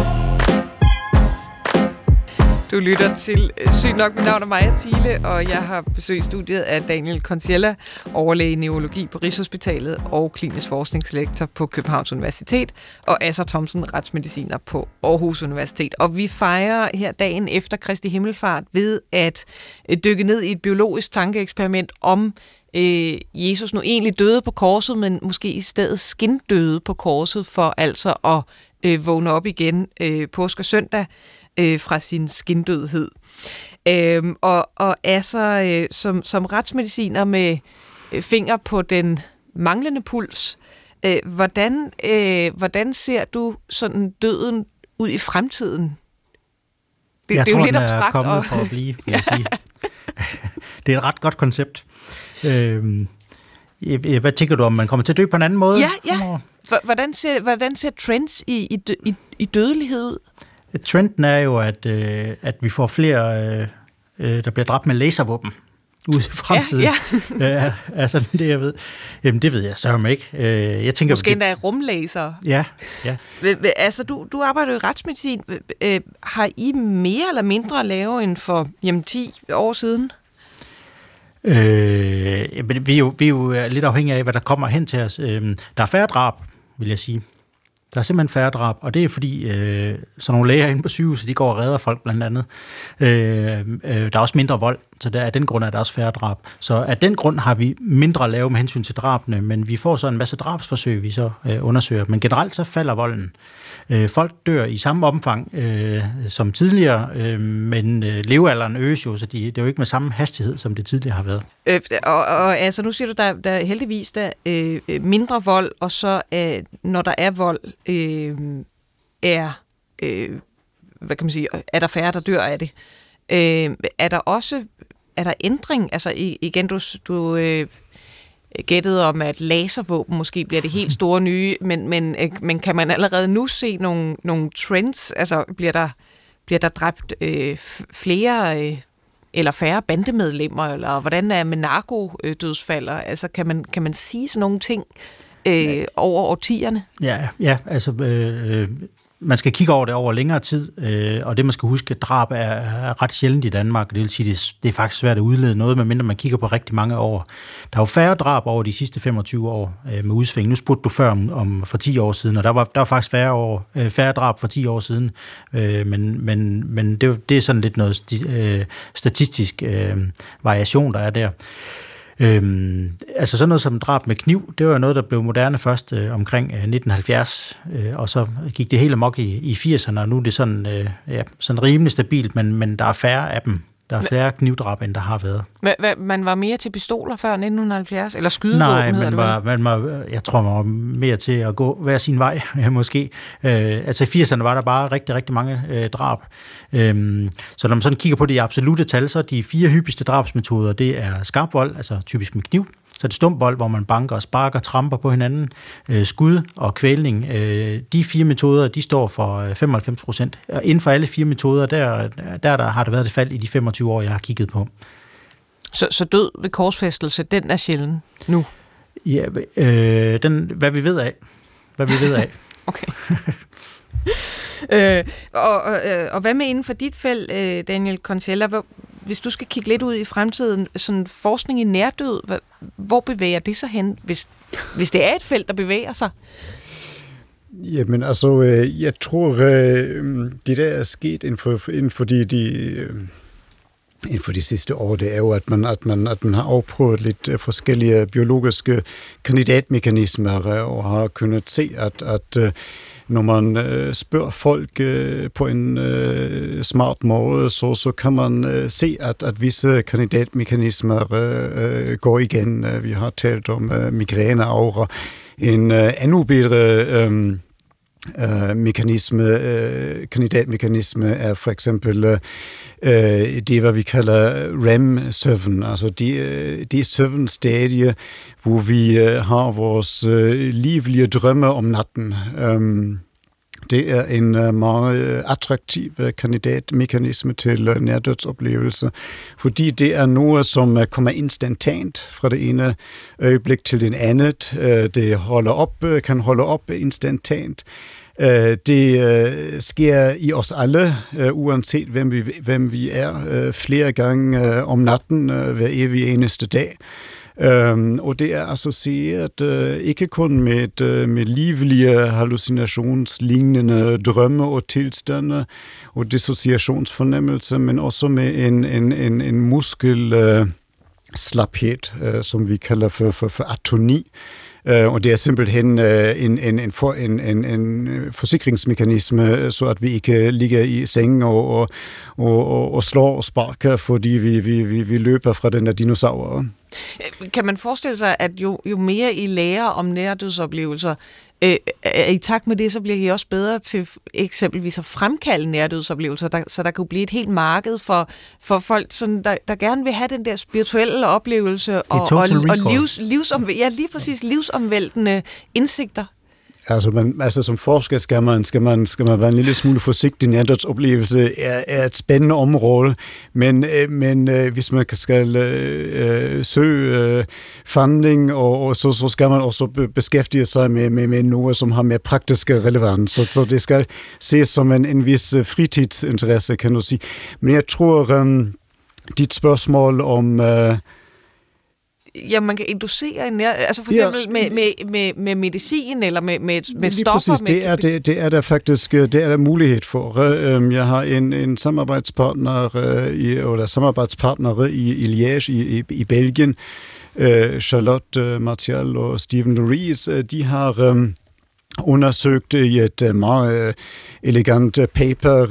Du lytter til Sygt nok. Mit navn er Maja Thiele, og jeg har besøgt studiet af Daniel Concella, overlæge i neurologi på Rigshospitalet og klinisk forskningslektor på Københavns Universitet, og Asser Thomsen, retsmediciner på Aarhus Universitet. Og vi fejrer her dagen efter Kristi Himmelfart ved at dykke ned i et biologisk tankeeksperiment om øh, Jesus nu egentlig døde på korset, men måske i stedet skindøde på korset for altså at øh, vågne op igen øh, påske søndag øh, fra sin skindødhed. Øhm, og, og Asser, øh, som, som retsmediciner med øh, finger på den manglende puls, øh, hvordan, øh, hvordan ser du sådan døden ud i fremtiden? Det, jeg det er tror, jo lidt den er abstrakt. kommet Og... for at blive, vil jeg sige. Det er et ret godt koncept. Øhm, hvad tænker du om, man kommer til at dø på en anden måde? Ja, ja. Hvordan ser, hvordan ser trends i, i, i, i dødelighed ud? Trenden er jo, at, øh, at vi får flere, øh, der bliver dræbt med laservåben ude i fremtiden. Ja, ja. øh, altså, det jeg ved. Jamen, det ved jeg så ikke. Øh, jeg tænker, måske endda rumlaser. Ja, ja. Altså, du, du arbejder jo i retsmedicin. Øh, har I mere eller mindre at lave end for jamen, ti år siden? Øh, men vi er, jo, vi er jo lidt afhængige af, hvad der kommer hen til os. Øh, der er færre drab, vil jeg sige. Der er simpelthen færre drab, og det er fordi, øh, sådan nogle læger inde på sygehuset, de går og redder folk blandt andet. Øh, øh, der er også mindre vold, så der, af den grund er der også færre drab. Så af den grund har vi mindre at lave med hensyn til drabene, men vi får så en masse drabsforsøg, vi så øh, undersøger. Men generelt så falder volden. Øh, folk dør i samme omfang øh, som tidligere, øh, men øh, levealderen øges jo, så de, det er jo ikke med samme hastighed, som det tidligere har været. Øh, og, og altså, nu siger du, der, der heldigvis der øh, mindre vold, og så øh, når der er vold, øh, er, øh, hvad kan man sige, er der færre, der dør af det. Øh, er der også, er der ændring, altså igen, du, du øh, gættede om, at laservåben måske bliver det helt store nye, men, men, men kan man allerede nu se nogle, nogle trends, altså bliver der, bliver der dræbt øh, flere øh, eller færre bandemedlemmer, eller hvordan er med narkodødsfalder, altså kan man, kan man sige sådan nogle ting øh, over årtierne? Ja, ja, altså øh, man skal kigge over det over længere tid, øh, og det man skal huske, at drab er, er ret sjældent i Danmark, det vil sige, det, det er faktisk svært at udlede noget, medmindre man kigger på rigtig mange år. Der er jo færre drab over de sidste femogtyve år øh, med udsving. Nu spurgte du før om, om for ti år siden, og der var, der var faktisk færre, år, øh, færre drab for ti år siden, øh, men, men, men det, det er sådan lidt noget sti, øh, statistisk øh, variation, der er der. Øhm, altså sådan noget som drab med kniv, det var noget, der blev moderne først øh, omkring øh, nitten halvfjerds, øh, og så gik det helt amok i, i firserne, og nu er det sådan, øh, ja, sådan rimelig stabilt, men, men der er færre af dem. Der er flere knivdrab, end der har været. Hva, man var mere til pistoler før nitten halvfjerds? Eller skydevåben? Nej, man var, man var, jeg tror, man var mere til at gå hver sin vej, måske. Øh, altså i firserne var der bare rigtig, rigtig mange øh, drab. Øh, så når man sådan kigger på de absolute tal, så er de fire hyppigste drabsmetoder, det er skarp vold, altså typisk med kniv. Så det stump vold, hvor man banker og sparker, tramper på hinanden, øh, skud og kvælning. Øh, de fire metoder, de står for femoghalvfems procent. Og inden for alle fire metoder, der, der, der har der været et fald i de femogtyve år, jeg har kigget på. Så, så død ved korsfæstelse, den er sjælden nu? Ja, øh, den, hvad vi ved af. Hvad vi ved af. Okay. øh, og, og, og hvad med inden for dit felt, øh, Daniel Kinsella? Hvor, hvis du skal kigge lidt ud i fremtiden, sådan forskning i nærdød, hvor, hvor bevæger det sig hen, hvis, hvis det er et felt, der bevæger sig? Jamen altså, øh, jeg tror, øh, det der er sket inden for, inden for de... de øh inden for de sidste år, det er jo, at man, at man, at man har afprøvet lidt forskellige biologiske kandidatmekanismer og har kunnet se, at, at når man spørger folk på en smart måde, så, så kan man se, at, at visse kandidatmekanismer går igen. Vi har talt om migræneaura. En endnu bedre um, Uh, mekanisme, uh, kandidatmekanisme er for eksempel uh, det, hvad vi kalder R E M-søvn, altså det, det søvnstadie, hvor vi uh, har vores uh, livlige drømme om natten. Um, Det er en uh, meget attraktiv uh, kandidatmekanisme til uh, nærdødsoplevelse, fordi det er noget, som uh, kommer instantant fra det ene øjeblik til det andet. Uh, det holder op, uh, kan holde op instantant. Uh, det uh, sker i os alle, uh, uanset hvem vi, hvem vi er, uh, flere gange uh, om natten, uh, hver evig eneste dag. Um, og det er associeret uh, ikke kun med, uh, med livlige hallucinationslignende drømme og tilstande og dissociationsfornemmelse, men også med en, en, en, en muskelslaphed, uh, uh, som vi kalder for, for, for atoni. Uh, og det er simpelthen uh, en, en, en, for, en, en, en forsikringsmekanisme, så at vi ikke ligger i sengen og, og, og, og slår og sparker, fordi vi, vi, vi, vi løber fra den der dinosaur. Kan man forestille sig, at jo, jo mere I lærer om nærdødsoplevelser, øh, i takt med det, så bliver I også bedre til eksempelvis at fremkalde nærdødsoplevelser, der, så der kunne blive et helt marked for, for folk, sådan, der, der gerne vil have den der spirituelle oplevelse og, og, og livs, livsom, ja, lige præcis livsomvæltende indsigter. Altså, man, altså som forsker skal man, skal, man, skal man være en lille smule forsigtig. Nærdødsoplevelse er, er et spændende område, men, øh, men øh, hvis man skal øh, søge øh, funding, og, og så, så skal man også beskæftige sig med, med, med noget, som har mere praktisk relevans. Så, så det skal ses som en, en vis fritidsinteresse, kan du sige. Men jeg tror, øh, dit spørgsmål om... Øh, Ja, man kan inducere en nær, altså for eksempel ja, med, med, med, med medicin eller med, med, med stoffer. Præcis, det, er, det, det er der faktisk det er der mulighed for. Jeg har en, en samarbejdspartner, eller samarbejdspartnere i, i Liège i, i, i Belgien, Charlotte Martial og Steven Louise. De har undersøgt i et meget elegant paper,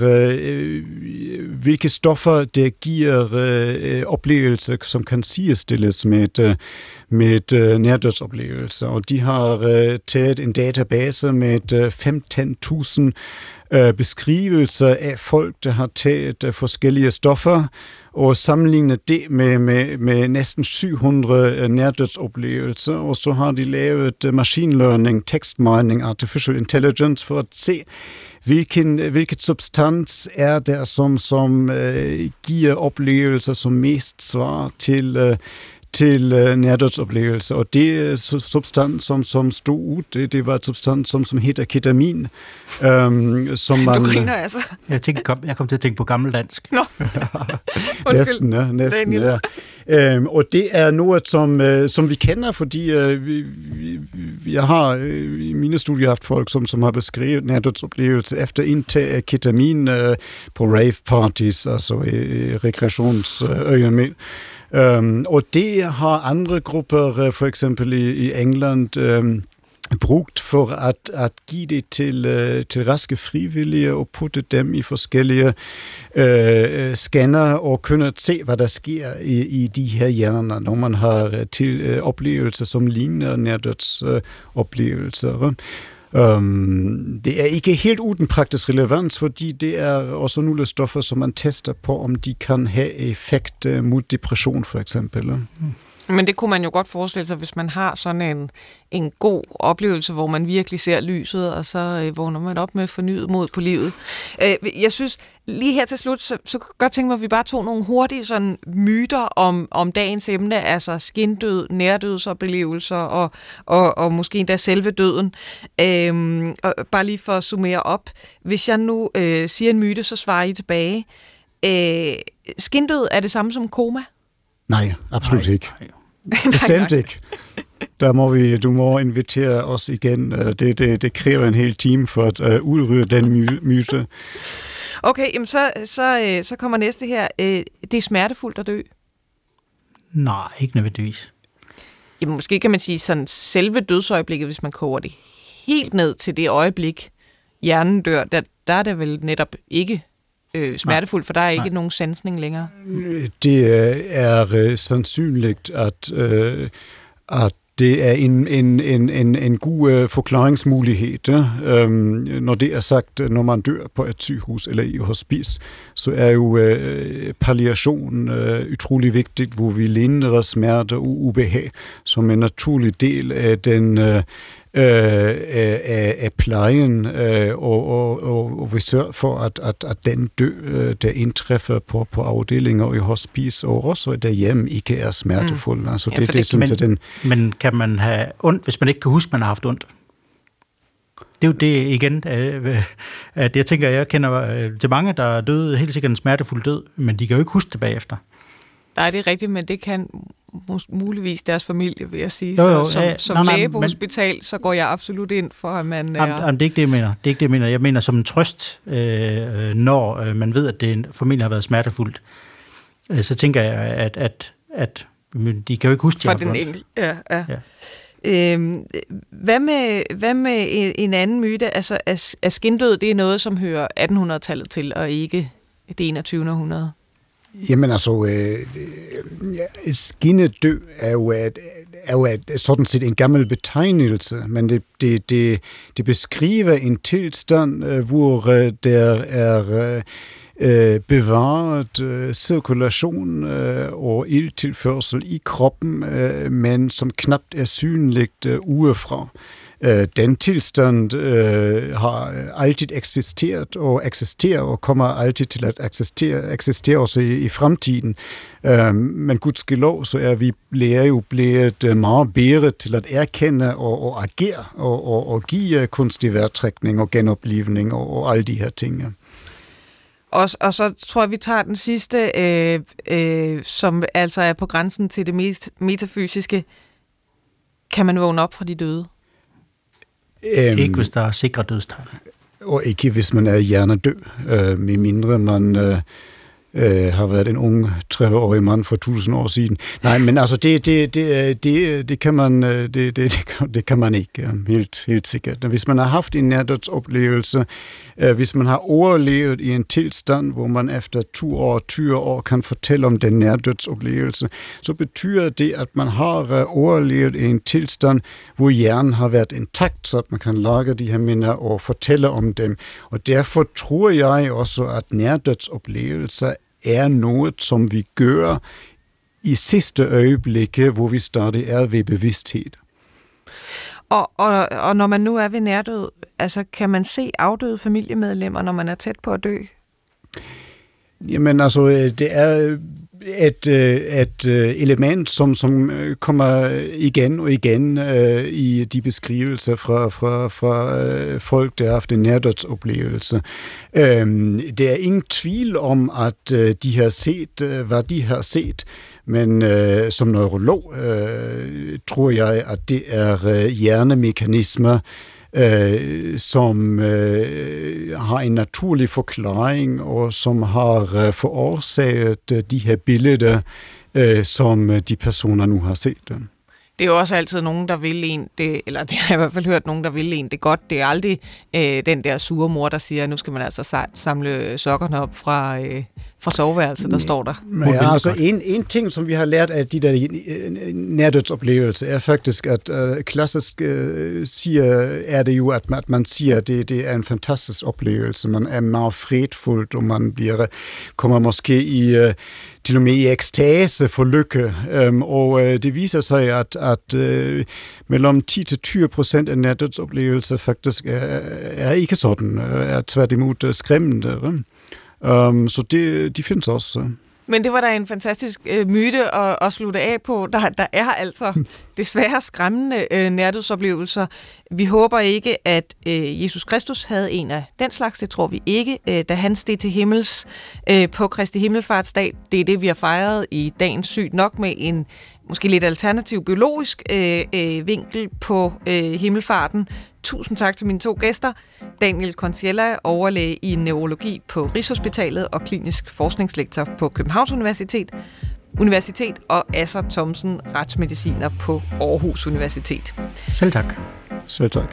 hvilke stoffer der giver oplevelser, som kan sidestilles med, med nærdødsoplevelser. Og de har taget en database med femten tusind beskrivelser af folk, der har taget forskellige stoffer, og sammenlignet det med, med, med næsten syv hundrede nærdødsoplevelser, og så har de lavet machine learning, text mining, artificial intelligence, for at se, hvilken, hvilket substans er der, som, som uh, giver oplevelser, som mest svarer til, uh, til uh, nærdødsoplevelser, og det substans, som, som stod ud, det, det var et substans, som, som hedder ketamin. Um, som man, du griner altså. Jeg, tænkte, kom, jeg kom til at tænke på gammeldansk. Nå, næsten, ja, næsten, ja. Um, og det er noget, som, uh, som vi kender, fordi uh, vi, vi, jeg har uh, i mine studier haft folk, som, som har beskrevet nærdødsoplevelser efter indtag af ketamin uh, på rave-parties, altså i rekreationsøjemed. Um, og det har andre grupper, for eksempel i, i England, um, brugt for at, at give det til, uh, til raske frivillige og putte dem i forskellige uh, scanner og kunne se, hvad der sker i, i de her hjerner, når man har til uh, oplevelser, som ligner nærdødsoplevelser. Uh, Um, det er ikke helt uden praktisk relevans, fordi det er også nogle stoffer, som man tester på, om de kan have effekt uh, mod depression, for eksempel. Mm. Men det kunne man jo godt forestille sig, hvis man har sådan en, en god oplevelse, hvor man virkelig ser lyset, og så øh, vågner man op med fornyet mod på livet. Øh, jeg synes, lige her til slut, så, så kan jeg godt tænke mig, at vi bare tog nogle hurtige sådan, myter om, om dagens emne, altså skindød, nærdødsoplevelser og, og, og måske endda selve døden. Øh, og bare lige for at summere op. Hvis jeg nu øh, siger en myte, så svarer I tilbage. Øh, skindød er det samme som koma? Nej, absolut nej, ikke. Nej. Bestemt ikke. Der må vi, du må invitere os igen. Det, det, det kræver en hel time for at uh, udrydde den my- myte. Okay, jamen så, så, så kommer næste her. Det er smertefuldt at dø? Nej, ikke nødvendigvis. Jamen måske kan man sige sådan selve dødsøjeblikket, hvis man koger det helt ned til det øjeblik, hjernen dør, der, der er det vel netop ikke øh, smertefuldt, for der er ikke Nej. nogen sansning længere. Det er øh, sandsynligt, at, øh, at det er en, en, en, en, en god øh, forklaringsmulighed. Øh, når det er sagt, når man dør på et sygehus eller i hospice, så er jo øh, palliation øh, utrolig vigtigt, hvor vi lindrer smerte og ubehag som en naturlig del af den øh, af, af plejen, og, og, og, og vi sørger for, at, at, at den dø, der indtræffer på, på afdelinger og i hospice, og også derhjemme, ikke er smertefuld. Mm. Altså, ja, det, det, det, men, synes, den... men kan man have ondt, hvis man ikke kan huske, man har haft ondt? Det er jo det igen, at jeg tænker, jeg kender til mange, der er døde helt sikkert en smertefuld død, men de kan jo ikke huske det bagefter. Nej, det er rigtigt, men det kan muligvis deres familie, vil jeg sige. Jo, jo, så som, ja, som nej, nej, læge på men, hospital, så går jeg absolut ind for, at man er... Jamen, det er ikke det, jeg mener. Det er ikke det, jeg mener. Jeg mener som en trøst, øh, når øh, man ved, at det familien har været smertefuldt. Øh, så tænker jeg, at, at, at de kan jo ikke huske, for den enkelte. Ja, ja. ja. Øhm, hvad, med, hvad med en anden myte? Altså, er skindød, det er noget, som hører attenhundredetallet til, og ikke det enogtyvende århundrede? Jamen altså, øh, ja, skindedø er jo, et, er jo et, sådan set en gammel betegnelse, men det, det, det, det beskriver en tilstand, hvor der er øh, bevaret øh, cirkulation øh, og ildtilførsel i kroppen, øh, men som knapt er synligt øh, udefra. Den tilstand øh, har altid eksisteret og eksisterer og kommer altid til at eksistere, eksistere også i, i fremtiden. Øh, men gudskelov, så er vi lærer jo blevet meget bedre til at erkende og, og agere og, og, og give kunstig vejrtrækning og genoplivning og, og alle de her ting. Og, og så tror jeg, vi tager den sidste, øh, øh, som altså er på grænsen til det mest metafysiske. Kan man vågne op fra de døde? Um, ikke hvis der er sikre dødstegn. Og ikke hvis man er hjernedød, øh, med mindre man øh, øh, har været en ung tredive-årig mand for tusind år siden. Nej, men altså det, det, det, det, det, kan, man, det, det, det, kan, det kan man ikke, helt, helt sikkert. Hvis man har haft en nærdødsoplevelse, øh, hvis man har overlevet i en tilstand, hvor man efter to år, tyve år kan fortælle om den nærdødsoplevelse, så betyder det, at man har overlevet i en tilstand, hvor hjernen har været intakt, så at man kan lage de her minder og fortælle om dem. Og derfor tror jeg også, at nærdødsoplevelser er noget, som vi gør i sidste øjeblikke, hvor vi stadig er ved bevidsthed. Og, og, og når man nu er ved nærdød, altså kan man se afdøde familiemedlemmer, når man er tæt på at dø? Jamen altså, det er et, et element, som, som kommer igen og igen uh, i de beskrivelser fra, fra, fra uh, folk, der har haft en nærdødsoplevelse. Um, det er ingen tvivl om, at uh, de har set, uh, hvad de har set, men uh, som neurolog uh, tror jeg, at det er uh, hjernemekanismer, Uh, som uh, har en naturlig forklaring, og som har uh, forårsaget uh, de her billeder, uh, som uh, de personer nu har set. Det er jo også altid nogen, der vil en det, eller det har jeg i hvert fald hørt, nogen, der vil en det godt. Det er aldrig øh, den der sure mor, der siger, nu skal man altså samle sokkerne op fra, øh, fra soveværelset, der står der. Ja, altså en, en ting, som vi har lært af de der nærdødsoplevelser, er faktisk, at øh, klassisk øh, siger, er det jo, at man, at man siger, at det, det er en fantastisk oplevelse. Man er meget fredfuldt, og man bliver, kommer måske i... Øh, til og med i ekstase for lykke, øhm, og øh, det viser sig, at, at øh, mellem ti til tyve procent af nærdødsoplevelser faktisk er, er ikke sådan, er tværtimod skræmmende. Um, så det, de findes også. Men det var da en fantastisk øh, myte at, at slutte af på. Der, der er altså desværre skræmmende øh, nærdødsoplevelser. Vi håber ikke, at øh, Jesus Kristus havde en af den slags. Det tror vi ikke, øh, da han steg til himmels øh, på Kristi Himmelfartsdag. Det er det, vi har fejret i dagens Sygt Nok med en måske lidt alternativ biologisk øh, øh, vinkel på øh, himmelfarten. Tusind tak til mine to gæster. Daniel Conciella, overlæge i neurologi på Rigshospitalet og klinisk forskningslektor på Københavns Universitet, Universitet og Asser Thomsen, retsmediciner på Aarhus Universitet. Selv tak. Selv tak.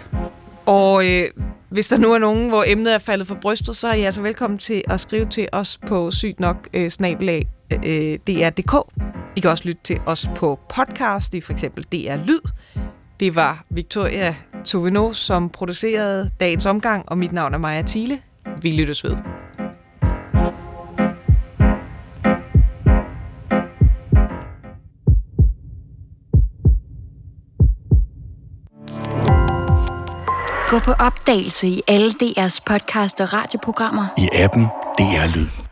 Og øh, hvis der nu er nogen, hvor emnet er faldet for brystet, så er I altså velkommen til at skrive til os på sygt nok øh, snabelag øh, D R punktum D K. I kan også lytte til os på podcast i for eksempel D R Lyd. Det var Victoria Tovino, som producerede dagens omgang, og mit navn er Maja Thiele. Vi lyttes ved. Gå på opdagelse i alle D R's podcast og radioprogrammer. I appen D R Lyd.